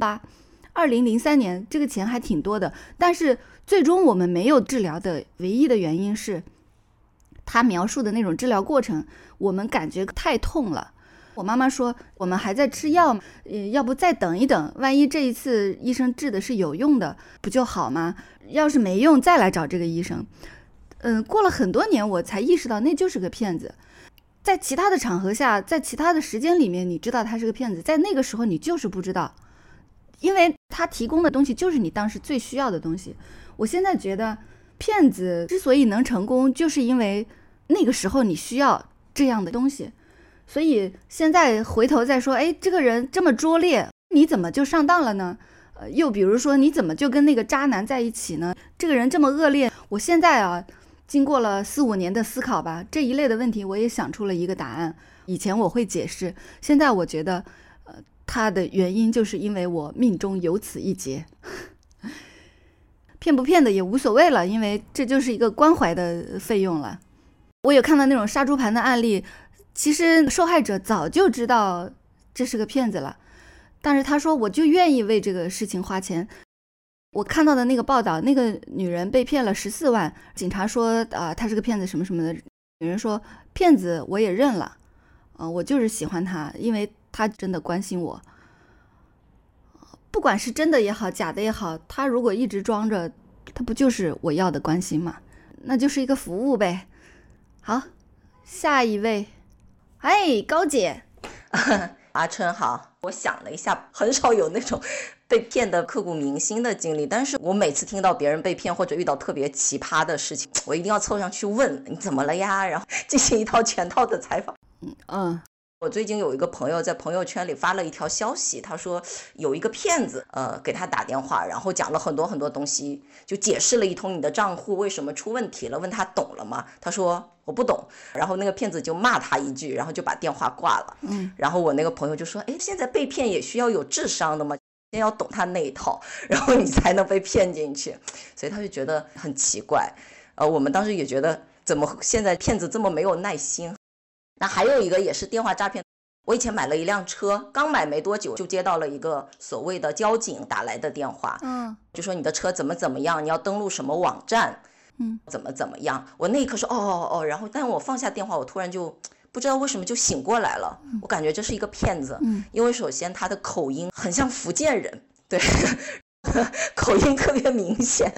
7800。2003年这个钱还挺多的，但是最终我们没有治疗的唯一的原因是他描述的那种治疗过程我们感觉太痛了。我妈妈说我们还在吃药，要不再等一等，万一这一次医生治的是有用的不就好吗？要是没用再来找这个医生。过了很多年我才意识到那就是个骗子。在其他的场合下，在其他的时间里面你知道他是个骗子，在那个时候你就是不知道，因为他提供的东西就是你当时最需要的东西。我现在觉得骗子之所以能成功，就是因为那个时候你需要这样的东西。所以现在回头再说，哎，这个人这么拙劣，你怎么就上当了呢？又比如说你怎么就跟那个渣男在一起呢？这个人这么恶劣，我现在啊，经过了4、5年的思考吧，这一类的问题我也想出了一个答案。以前我会解释，现在我觉得它的原因就是因为我命中有此一劫。骗不骗的也无所谓了，因为这就是一个关怀的费用了。我有看到那种杀猪盘的案例，其实受害者早就知道这是个骗子了，但是他说我就愿意为这个事情花钱。我看到的那个报道，那个女人被骗了14万，警察说她是个骗子什么什么的，女人说骗子我也认了，我就是喜欢他，因为他真的关心我。 不管是真的也好，假的也好，他如果一直装着，他不就是我要的关心吗？那就是一个服务呗。好，下一位，哎，高姐。 阿春好，我想了一下，很少有那种被骗的刻骨铭心的经历，但是我每次听到别人被骗或者遇到特别奇葩的事情，我一定要凑上去问你怎么了呀，然后进行一套全套的采访。我最近有一个朋友在朋友圈里发了一条消息，他说有一个骗子给他打电话，然后讲了很多很多东西，就解释了一通你的账户为什么出问题了，问他懂了吗？他说我不懂，然后那个骗子就骂他一句，然后就把电话挂了。然后我那个朋友就说，哎，现在被骗也需要有智商的吗？先要懂他那一套，然后你才能被骗进去。所以他就觉得很奇怪。我们当时也觉得怎么现在骗子这么没有耐心。那还有一个也是电话诈骗，我以前买了一辆车，刚买没多久就接到了一个所谓的交警打来的电话，就说你的车怎么样，你要登录什么网站，怎么样。我那一刻说哦，然后但我放下电话，我突然就不知道为什么就醒过来了，我感觉这是一个骗子，因为首先他的口音很像福建人，对，口音特别明显。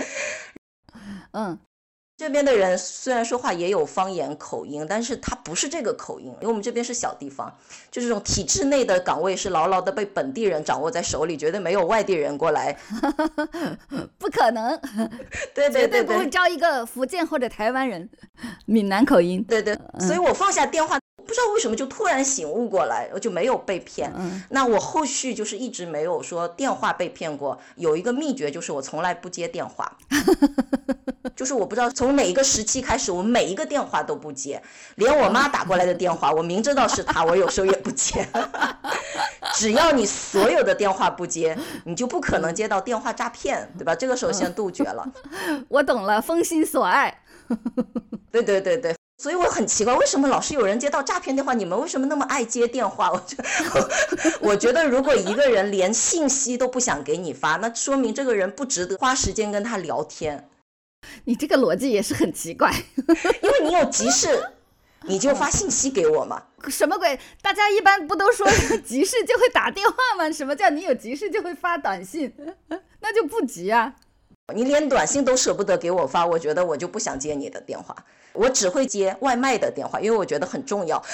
这边的人虽然说话也有方言口音，但是他不是这个口音，因为我们这边是小地方，就这种体制内的岗位是牢牢的被本地人掌握在手里，绝对没有外地人过来。 不可能。 对， 绝对不会招一个福建或者台湾人，闽南口音。 对，所以我放下电话，不知道为什么就突然醒悟过来，我就没有被骗。那我后续就是一直没有说电话被骗过。有一个秘诀就是我从来不接电话。就是我不知道从哪一个时期开始，我每一个电话都不接，连我妈打过来的电话，我明知道是她，我有时候也不接。只要你所有的电话不接，你就不可能接到电话诈骗，对吧？这个首先杜绝了。 我懂了，封心所爱。 对，所以我很奇怪，为什么老是有人接到诈骗电话，你们为什么那么爱接电话？我觉得如果一个人连信息都不想给你发，那说明这个人不值得花时间跟他聊天。 你这个逻辑也是很奇怪。 因为你有急事你就发信息给我嘛。 什么鬼？大家一般不都说急事就会打电话吗？什么叫你有急事就会发短信？那就不急啊。 你连短信都舍不得给我发，我觉得我就不想接你的电话，我只会接外卖的电话，因为我觉得很重要。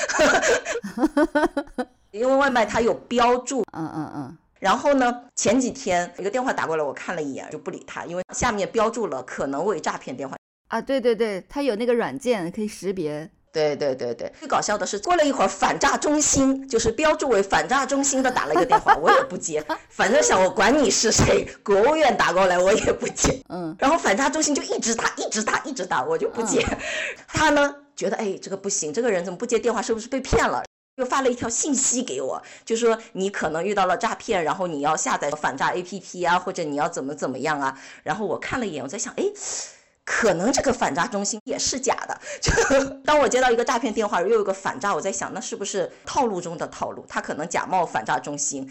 因为外卖它有标注。然后呢，前几天一个电话打过来，我看了一眼就不理他，因为下面标注了可能为诈骗电话。 对，它有那个软件可以识别。 对，最搞笑的是过了一会儿反诈中心，就是标注为反诈中心的打了一个电话，我也不接，反正想我管你是谁，国务院打过来我也不接。然后反诈中心就一直打，我就不接。他呢觉得这个不行，这个人怎么不接电话，是不是被骗了？又发了一条信息给我，就说你可能遇到了诈骗，然后你要下载反诈 APP 啊，或者你要怎么样啊。然后我看了一眼，我在想可能这个反诈中心也是假的。就当我接到一个诈骗电话又有一个反诈，我在想那是不是套路中的套路，他可能假冒反诈中心。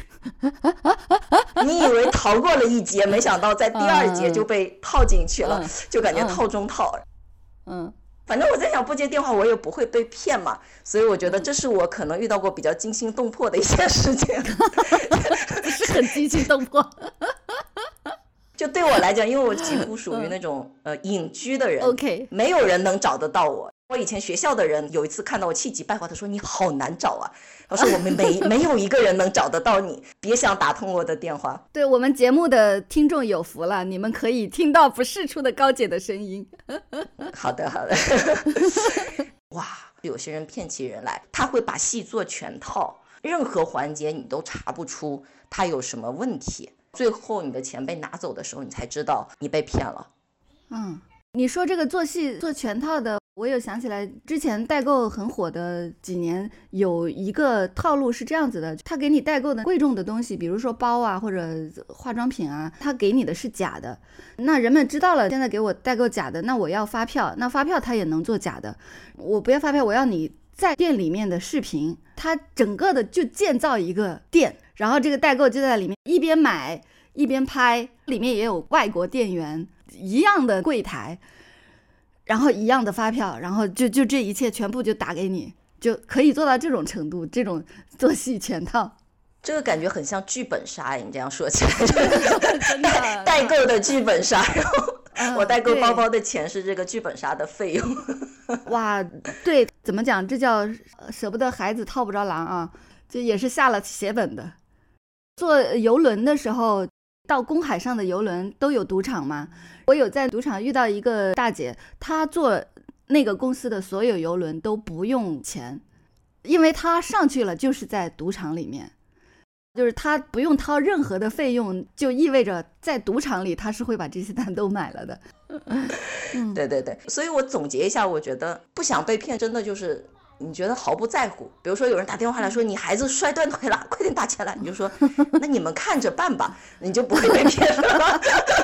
你以为逃过了一劫，没想到在第二劫就被套进去了，就感觉套中套。反正我在想不接电话我也不会被骗嘛，所以我觉得这是我可能遇到过比较惊心动魄的一些事情。 是很惊心动魄。 就对我来讲，因为我几乎属于那种隐居的人，没有人能找得到我。我以前学校的人有一次看到我气急败坏，他说你好难找啊，他说我们没有一个人能找得到你，别想打通我的电话。 对，我们节目的听众有福了，你们可以听到不释出的高姐的声音。 好的。哇，有些人骗起人来，他会把戏做全套，任何环节你都查不出他有什么问题，最后你的钱被拿走的时候，你才知道你被骗了。 你说这个做戏做全套的，我有想起来之前代购很火的几年，有一个套路是这样子的，他给你代购的贵重的东西，比如说包啊或者化妆品啊，他给你的是假的。那人们知道了现在给我代购假的，那我要发票，那发票他也能做假的。我不要发票，我要你在店里面的视频，他整个的就建造一个店，然后这个代购就在里面一边买一边拍，里面也有外国店员，一样的柜台，然后一样的发票，然后就这一切全部就打给你，就可以做到这种程度，这种做戏全套。 这个感觉很像剧本杀，你这样说起来真的代购的剧本杀，然后我代购包包的钱是这个剧本杀的费用。 哇，对，怎么讲？这叫舍不得孩子套不着狼啊，这也是下了血本的。坐游轮的时候，到公海上的游轮都有赌场嘛。我有在赌场遇到一个大姐，她坐那个公司的所有游轮都不用钱，因为她上去了就是在赌场里面。就是他不用掏任何的费用，就意味着在赌场里他是会把这些单都买了的。 对对对，所以我总结一下，我觉得不想被骗真的就是你觉得毫不在乎。比如说有人打电话来说你孩子摔断腿了，快点打钱来，你就说那你们看着办吧，你就不会被骗了。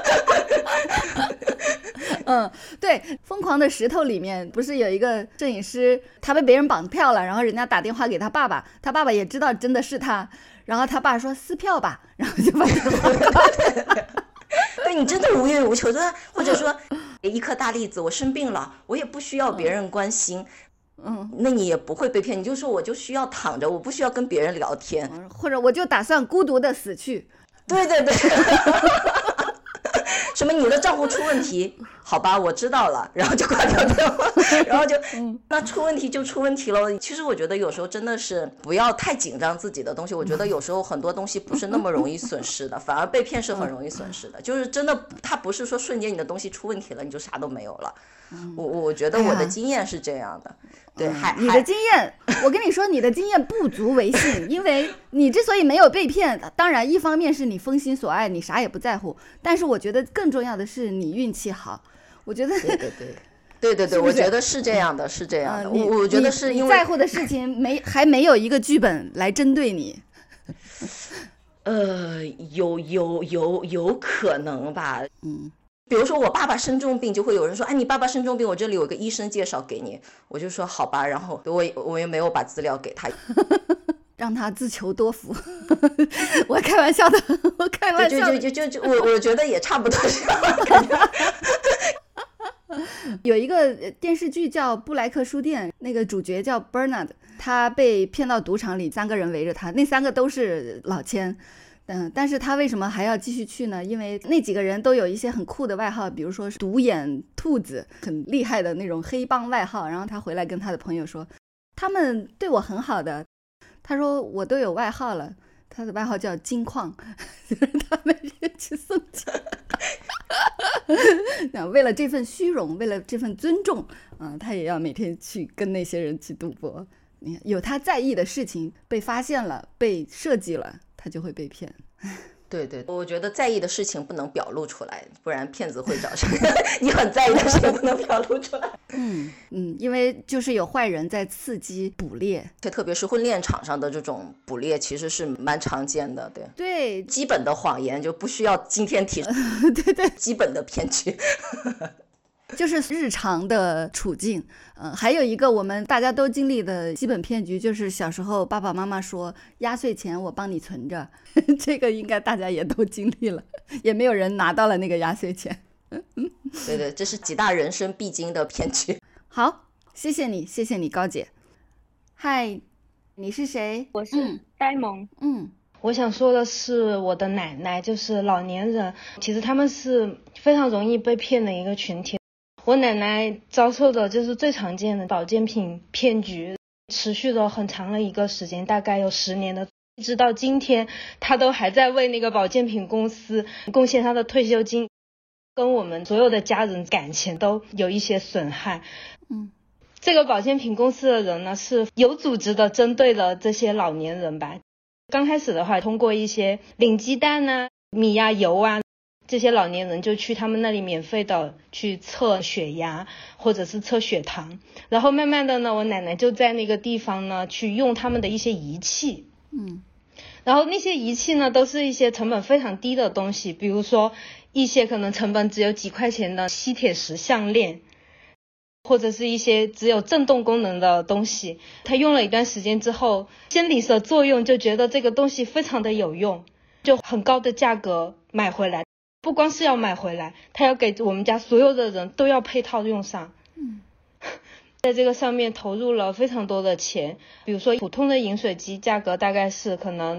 对，疯狂的石头里面不是有一个摄影师，他被别人绑票了，然后人家打电话给他爸爸，他爸爸也知道真的是他，然后他爸说撕票吧，然后就把电话给他。 对，你真的无欲无求，对吧？或者说一颗大栗子，我生病了，我也不需要别人关心，那你也不会被骗，你就说我就需要躺着，我不需要跟别人聊天， 或者我就打算孤独的死去。 对对对。什么你的账户出问题，好吧，我知道了，然后就挂掉电话，然后就那出问题就出问题了。其实我觉得有时候真的是不要太紧张自己的东西，我觉得有时候很多东西不是那么容易损失的，反而被骗是很容易损失的。就是真的，它不是说瞬间你的东西出问题了你就啥都没有了。我觉得我的经验是这样的。对， 你的经验，我跟你说，你的经验不足为信，因为你之所以没有被骗，当然一方面是你封心所爱，你啥也不在乎，但是我觉得更重要的是你运气好。我觉得对，我觉得是这样的，是这样的。我觉得是因为你在乎的事情还没有一个剧本来针对你。 有可能吧。比如说我爸爸生重病，就会有人说，哎，你爸爸生重病，我这里有个医生介绍给你，我就说好吧，然后我也没有把资料给他， 让他自求多福。我开玩笑的，我开玩笑的。 我觉得也差不多是感觉。 有一个电视剧叫《布莱克书店》，那个主角叫 Bernard， 他被骗到赌场里，3个人围着他，那3个都是老千。但是他为什么还要继续去呢？因为那几个人都有一些很酷的外号，比如说独眼兔子，很厉害的那种黑帮外号。然后他回来跟他的朋友说，他们对我很好的，他说我都有外号了，他的外号叫金矿，就是他每天去送钱。为了这份虚荣，为了这份尊重，他也要每天去跟那些人去赌博。你看，有他在意的事情被发现了，被设计了，他就会被骗。 对，我觉得在意的事情不能表露出来，不然骗子会找上。你很在意的事情不能表露出来。 因为就是有坏人在刺激捕猎， 特别是婚恋场上的这种捕猎，其实是蛮常见的。 对， 基本的谎言就不需要今天提。 对， 基本的骗局。 就是日常的处境。还有一个我们大家都经历的基本骗局，就是小时候爸爸妈妈说压岁钱我帮你存着，这个应该大家也都经历了，也没有人拿到了那个压岁钱。 对，这是几大人生必经的骗局。 好，谢谢你高姐。嗨，你是谁？ 我是呆萌。 我想说的是，我的奶奶就是老年人，其实他们是非常容易被骗的一个群体。我奶奶遭受的就是最常见的保健品骗局，持续了很长的一个时间，大概有10年的，一直到今天，她都还在为那个保健品公司贡献她的退休金，跟我们所有的家人感情都有一些损害。这个保健品公司的人呢，是有组织的针对了这些老年人吧。刚开始的话，通过一些领鸡蛋啊、米啊、油啊，这些老年人就去他们那里免费的去测血压或者是测血糖，然后慢慢的呢，我奶奶就在那个地方呢去用他们的一些仪器，然后那些仪器呢都是一些成本非常低的东西，比如说一些可能成本只有几块钱的吸铁石项链，或者是一些只有震动功能的东西。他用了一段时间之后，心理的作用就觉得这个东西非常的有用，就很高的价格买回来。不光是要买回来，他要给我们家所有的人都要配套用上。在这个上面投入了非常多的钱，比如说普通的饮水机价格大概是可能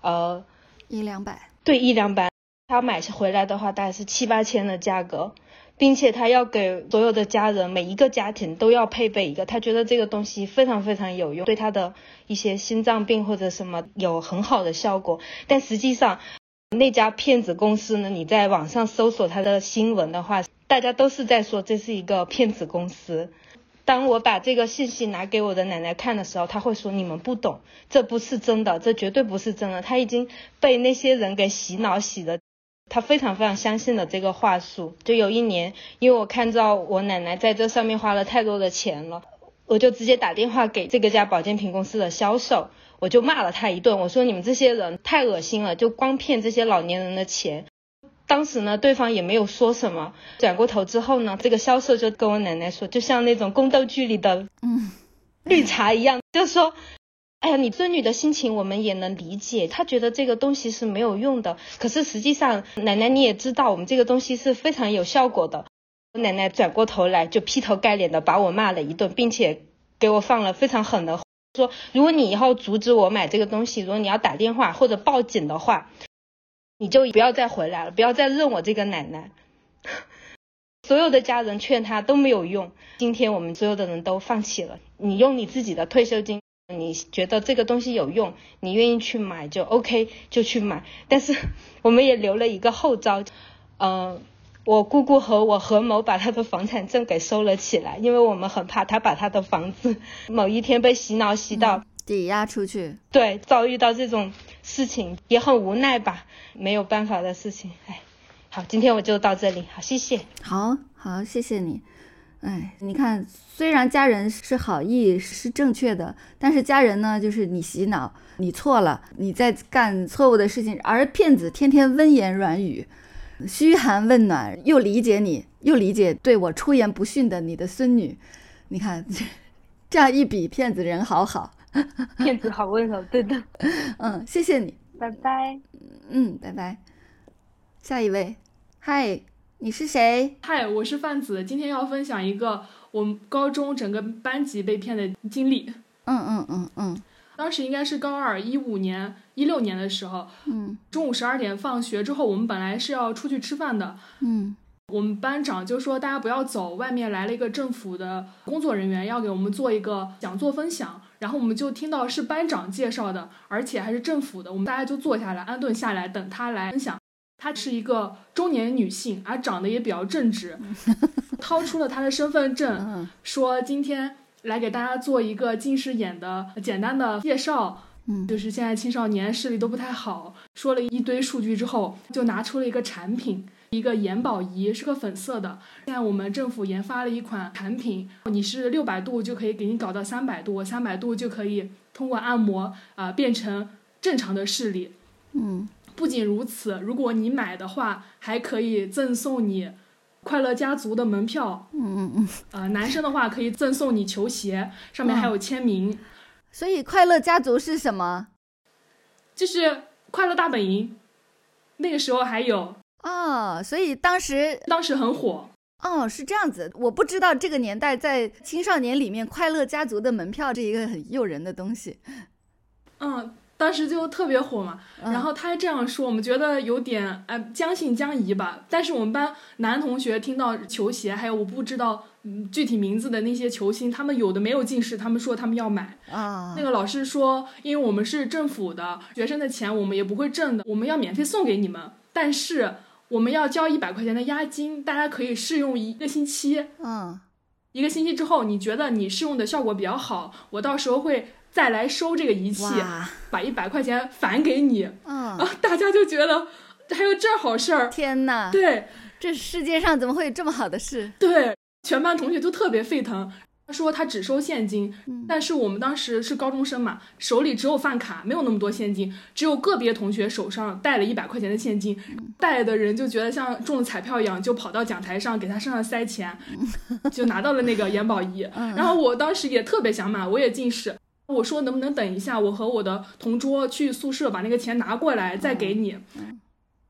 100-200， 对，100-200，他买回来的话大概是7-8千的价格，并且他要给所有的家人每一个家庭都要配备一个，他觉得这个东西非常非常有用，对他的一些心脏病或者什么有很好的效果。但实际上那家骗子公司呢，你在网上搜索他的新闻的话，大家都是在说这是一个骗子公司。当我把这个信息拿给我的奶奶看的时候，她会说你们不懂，这不是真的，这绝对不是真的，她已经被那些人给洗脑洗的，她非常非常相信了这个话术。就有一年，因为我看到我奶奶在这上面花了太多的钱了，我就直接打电话给这个家保健品公司的销售，我就骂了他一顿，我说你们这些人太恶心了，就光骗这些老年人的钱。当时呢对方也没有说什么，转过头之后呢，这个销售就跟我奶奶说，就像那种宫斗剧里的绿茶一样，就说哎呀，你孙女的心情我们也能理解，她觉得这个东西是没有用的，可是实际上奶奶你也知道我们这个东西是非常有效果的。我奶奶转过头来就劈头盖脸的把我骂了一顿，并且给我放了非常狠的话，说如果你以后阻止我买这个东西，如果你要打电话或者报警的话，你就不要再回来了，不要再认我这个奶奶。所有的家人劝他都没有用，今天我们所有的人都放弃了。你用你自己的退休金，你觉得这个东西有用，你愿意去买就 OK 就去买。但是我们也留了一个后招，我姑姑和我合谋把他的房产证给收了起来，因为我们很怕他把他的房子某一天被洗脑洗到抵押出去。 对，遭遇到这种事情也很无奈吧，没有办法的事情。哎，好，今天我就到这里，好，谢谢。 好，谢谢你。哎，你看，虽然家人是好意是正确的，但是家人呢，就是你洗脑，你错了，你在干错误的事情，而骗子天天温言软语，嘘寒问暖，又理解你，又理解对我出言不逊的你的孙女。你看，这样一比，骗子人好好， 骗子好温柔，对的。 谢谢你， 拜拜。 拜拜。下一位，嗨，你是谁？ 嗨，我是范子，今天要分享一个我们高中整个班级被骗的经历。当时应该是高二16年的时候，中午12点放学之后，我们本来是要出去吃饭的，我们班长就说大家不要走，外面来了一个政府的工作人员要给我们做一个讲座分享，然后我们就听到是班长介绍的，而且还是政府的，我们大家就坐下来安顿下来等他来分享。她是一个中年女性，而长得也比较正直，掏出了她的身份证，说今天来给大家做一个近视眼的简单的介绍，就是现在青少年视力都不太好，说了一堆数据之后，就拿出了一个产品，一个眼保仪，是个粉色的。现在我们政府研发了一款产品，你是600度就可以给你搞到300度，300度就可以通过按摩变成正常的视力。不仅如此，如果你买的话，还可以赠送你快乐家族的门票。男生的话可以赠送你球鞋，上面还有签名。 所以快乐家族是什么？ 就是快乐大本营，那个时候还有所以当时很火。 是这样子，我不知道这个年代在青少年里面快乐家族的门票是一个很诱人的东西。 当时就特别火嘛，然后他还这样说，我们觉得有点将信将疑吧。但是我们班男同学听到球鞋，还有我不知道具体名字的那些球星，他们有的没有近视，他们说他们要买那个老师说，因为我们是政府的，学生的钱我们也不会挣的，我们要免费送给你们，但是我们要交100块钱的押金，大家可以试用1个星期。1个星期之后，你觉得你试用的效果比较好，我到时候会再来收这个仪器，把100块钱返给你。大家就觉得还有这好事儿， 天哪！ 对， 这世界上怎么会有这么好的事？ 对，全班同学都特别沸腾。他说他只收现金，但是我们当时是高中生嘛，手里只有饭卡，没有那么多现金，只有个别同学手上带了100块钱的现金，带的人就觉得像中了彩票一样，就跑到讲台上给他身上塞钱，就拿到了那个眼保仪。然后我当时也特别想买，我也近视，我说能不能等一下，我和我的同桌去宿舍把那个钱拿过来再给你。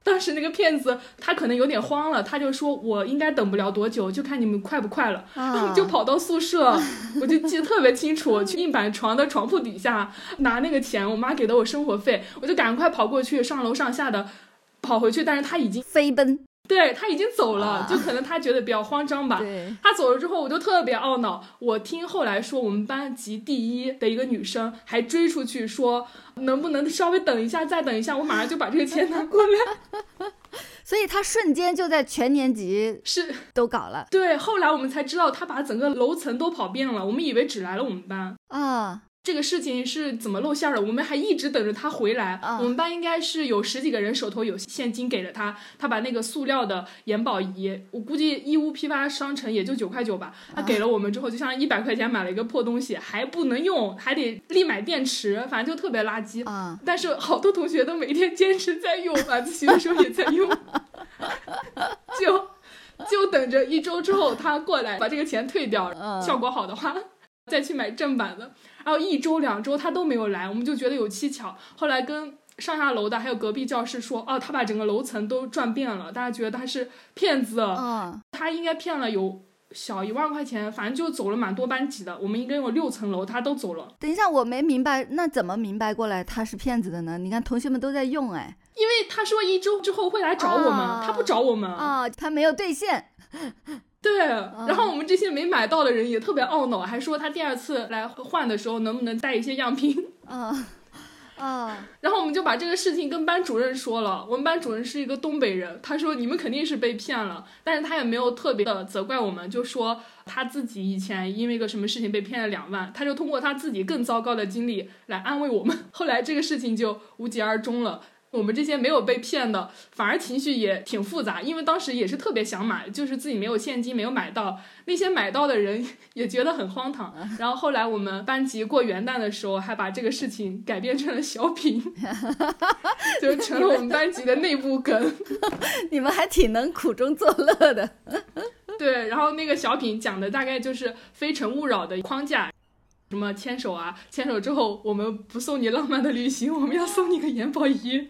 当时那个骗子他可能有点慌了，他就说我应该等不了多久，就看你们快不快了。然后就跑到宿舍，我就记得特别清楚，去硬板床的床铺底下拿那个钱，我妈给的我生活费，我就赶快跑过去，上楼上下的跑回去，但是他已经飞奔， 对，他已经走了，就可能他觉得比较慌张吧。他走了之后我就特别懊恼，我听后来说我们班级第一的一个女生还追出去说能不能稍微等一下，再等一下，我马上就把这个钱拿过来。 所以他瞬间就在全年级是都搞了。 对，后来我们才知道他把整个楼层都跑遍了，我们以为只来了我们班啊。 这个事情是怎么露馅的？我们还一直等着他回来。我们班应该是有10几个人手头有现金给了他，他把那个塑料的眼保仪，我估计义乌批发商城也就9块9吧，他给了我们之后，就像100块钱买了一个破东西，还不能用，还得立买电池，反正就特别垃圾。但是好多同学都每天坚持在用，晚自习的时候也在用，就等着1周之后他过来把这个钱退掉，效果好的话再去买正版的。然后1周2周他都没有来，我们就觉得有蹊跷。后来跟上下楼的还有隔壁教室说，他把整个楼层都转遍了，大家觉得他是骗子。他应该骗了有小1万块钱，反正就走了蛮多班级的。我们应该有6层楼，他都走了。 等一下，我没明白，那怎么明白过来他是骗子的呢？你看同学们都在用， 因为他说1周之后会来找我们，他不找我们他没有兑现。 对，然后我们这些没买到的人也特别懊恼，还说他第2次来换的时候能不能带一些样品。然后我们就把这个事情跟班主任说了，我们班主任是一个东北人，他说你们肯定是被骗了，但是他也没有特别的责怪我们，就说他自己以前因为一个什么事情被骗了2万，他就通过他自己更糟糕的经历来安慰我们。后来这个事情就无疾而终了。我们这些没有被骗的反而情绪也挺复杂，因为当时也是特别想买，就是自己没有现金没有买到，那些买到的人也觉得很荒唐。然后后来我们班级过元旦的时候还把这个事情改编成了小品，就成了我们班级的内部梗。 你们还挺能苦中作乐的。 对，然后那个小品讲的大概就是非诚勿扰的框架，什么牵手啊，牵手之后我们不送你浪漫的旅行，我们要送你个眼保仪。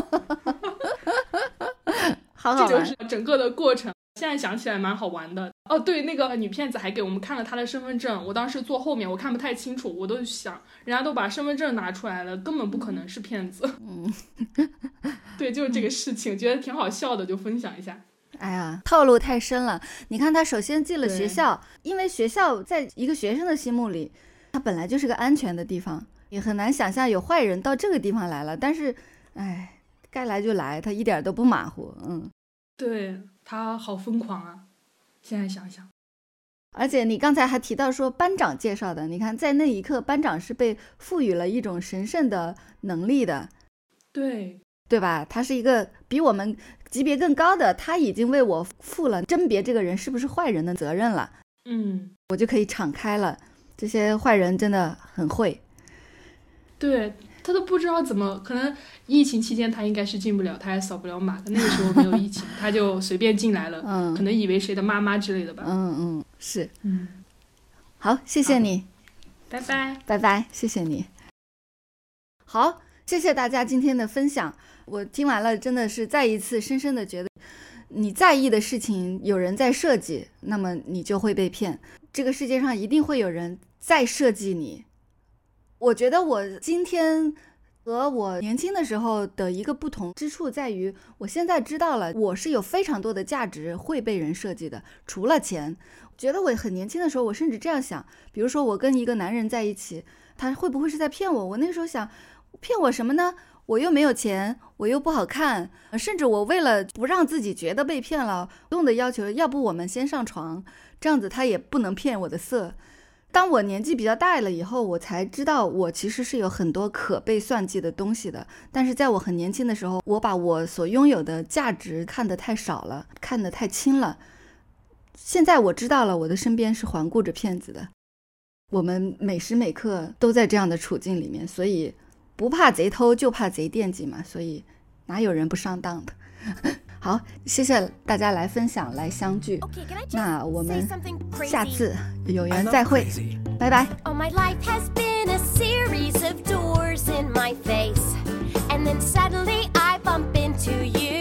好好玩， 这就是整个的过程，现在想起来蛮好玩的。对，那个女骗子还给我们看了她的身份证，我当时坐后面我看不太清楚，我都想人家都把身份证拿出来了，根本不可能是骗子。对，就是这个事情，觉得挺好笑的，就分享一下。 哎呀，套路太深了。你看他首先进了学校，因为学校在一个学生的心目里它本来就是个安全的地方，也很难想象有坏人到这个地方来了，但是该来就来，他一点都不马虎。 对，他好疯狂啊，现在想想。 而且你刚才还提到说班长介绍的，你看在那一刻班长是被赋予了一种神圣的能力的， 对吧？他是一个比我们级别更高的，他已经为我负了甄别这个人是不是坏人的责任了。我就可以敞开了。这些坏人真的很会， 对，他都不知道怎么，可能疫情期间他应该是进不了，他还扫不了码，那个时候没有疫情，他就随便进来了，可能以为谁的妈妈之类的吧。 是，好，谢谢你， 拜拜， 拜拜，谢谢你。好，谢谢大家今天的分享，我听完了真的是再一次深深的觉得，你在意的事情有人在设计，那么你就会被骗。这个世界上一定会有人在设计你。我觉得我今天和我年轻的时候的一个不同之处在于，我现在知道了我是有非常多的价值会被人设计的，除了钱。觉得我很年轻的时候，我甚至这样想，比如说我跟一个男人在一起，他会不会是在骗我？我那时候想，骗我什么呢？我又没有钱，我又不好看，甚至我为了不让自己觉得被骗了，用的要求要不我们先上床，这样子他也不能骗我的色。当我年纪比较大了以后，我才知道我其实是有很多可被算计的东西的，但是在我很年轻的时候，我把我所拥有的价值看得太少了，看得太轻了。现在我知道了，我的身边是环顾着骗子的，我们每时每刻都在这样的处境里面，所以不怕贼偷就怕贼惦记嘛，所以哪有人不上当的。好，谢谢大家来分享来相聚，那我们下次有缘再会，拜拜。 All my life has been a series of doors in my face, and then suddenly I bump into you.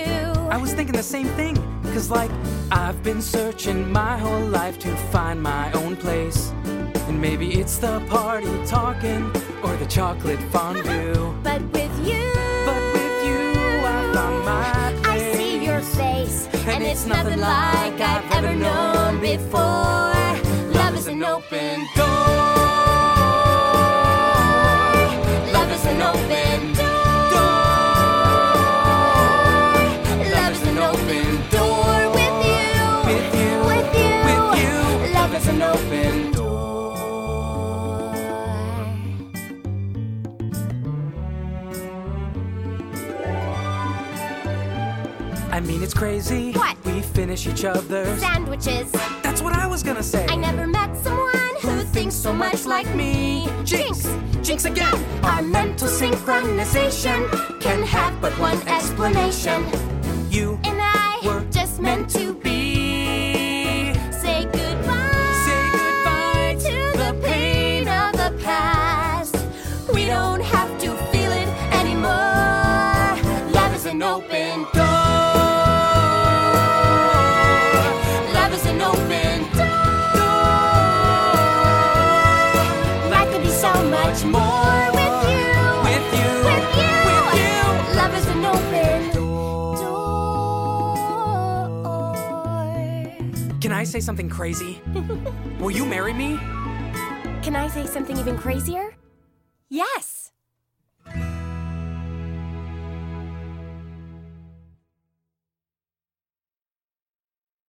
I was thinking the same thing, cause like I've been searching my whole life to find my own place. And maybe it's the party talking or the chocolate fondue. But with you I found my place. I see your face, and it's nothing like I've ever known before. Love is an open door. Love is an open door. Love is an open door. With you. Love is an open door. I mean, it's crazy. What? We finish each other's sandwiches. That's what I was gonna say. I never met someone who thinks so much like me. Jinx again. Our mental synchronization can have but one explanation. You and I were just meant to be. Say goodbye to the pain of the past. We don't have to feel it anymore. Love is an open door. Love is an open door. Life could be so much more with you. Love is an open door. Can I say something crazy? Will you marry me? Can I say something even crazier? Yes.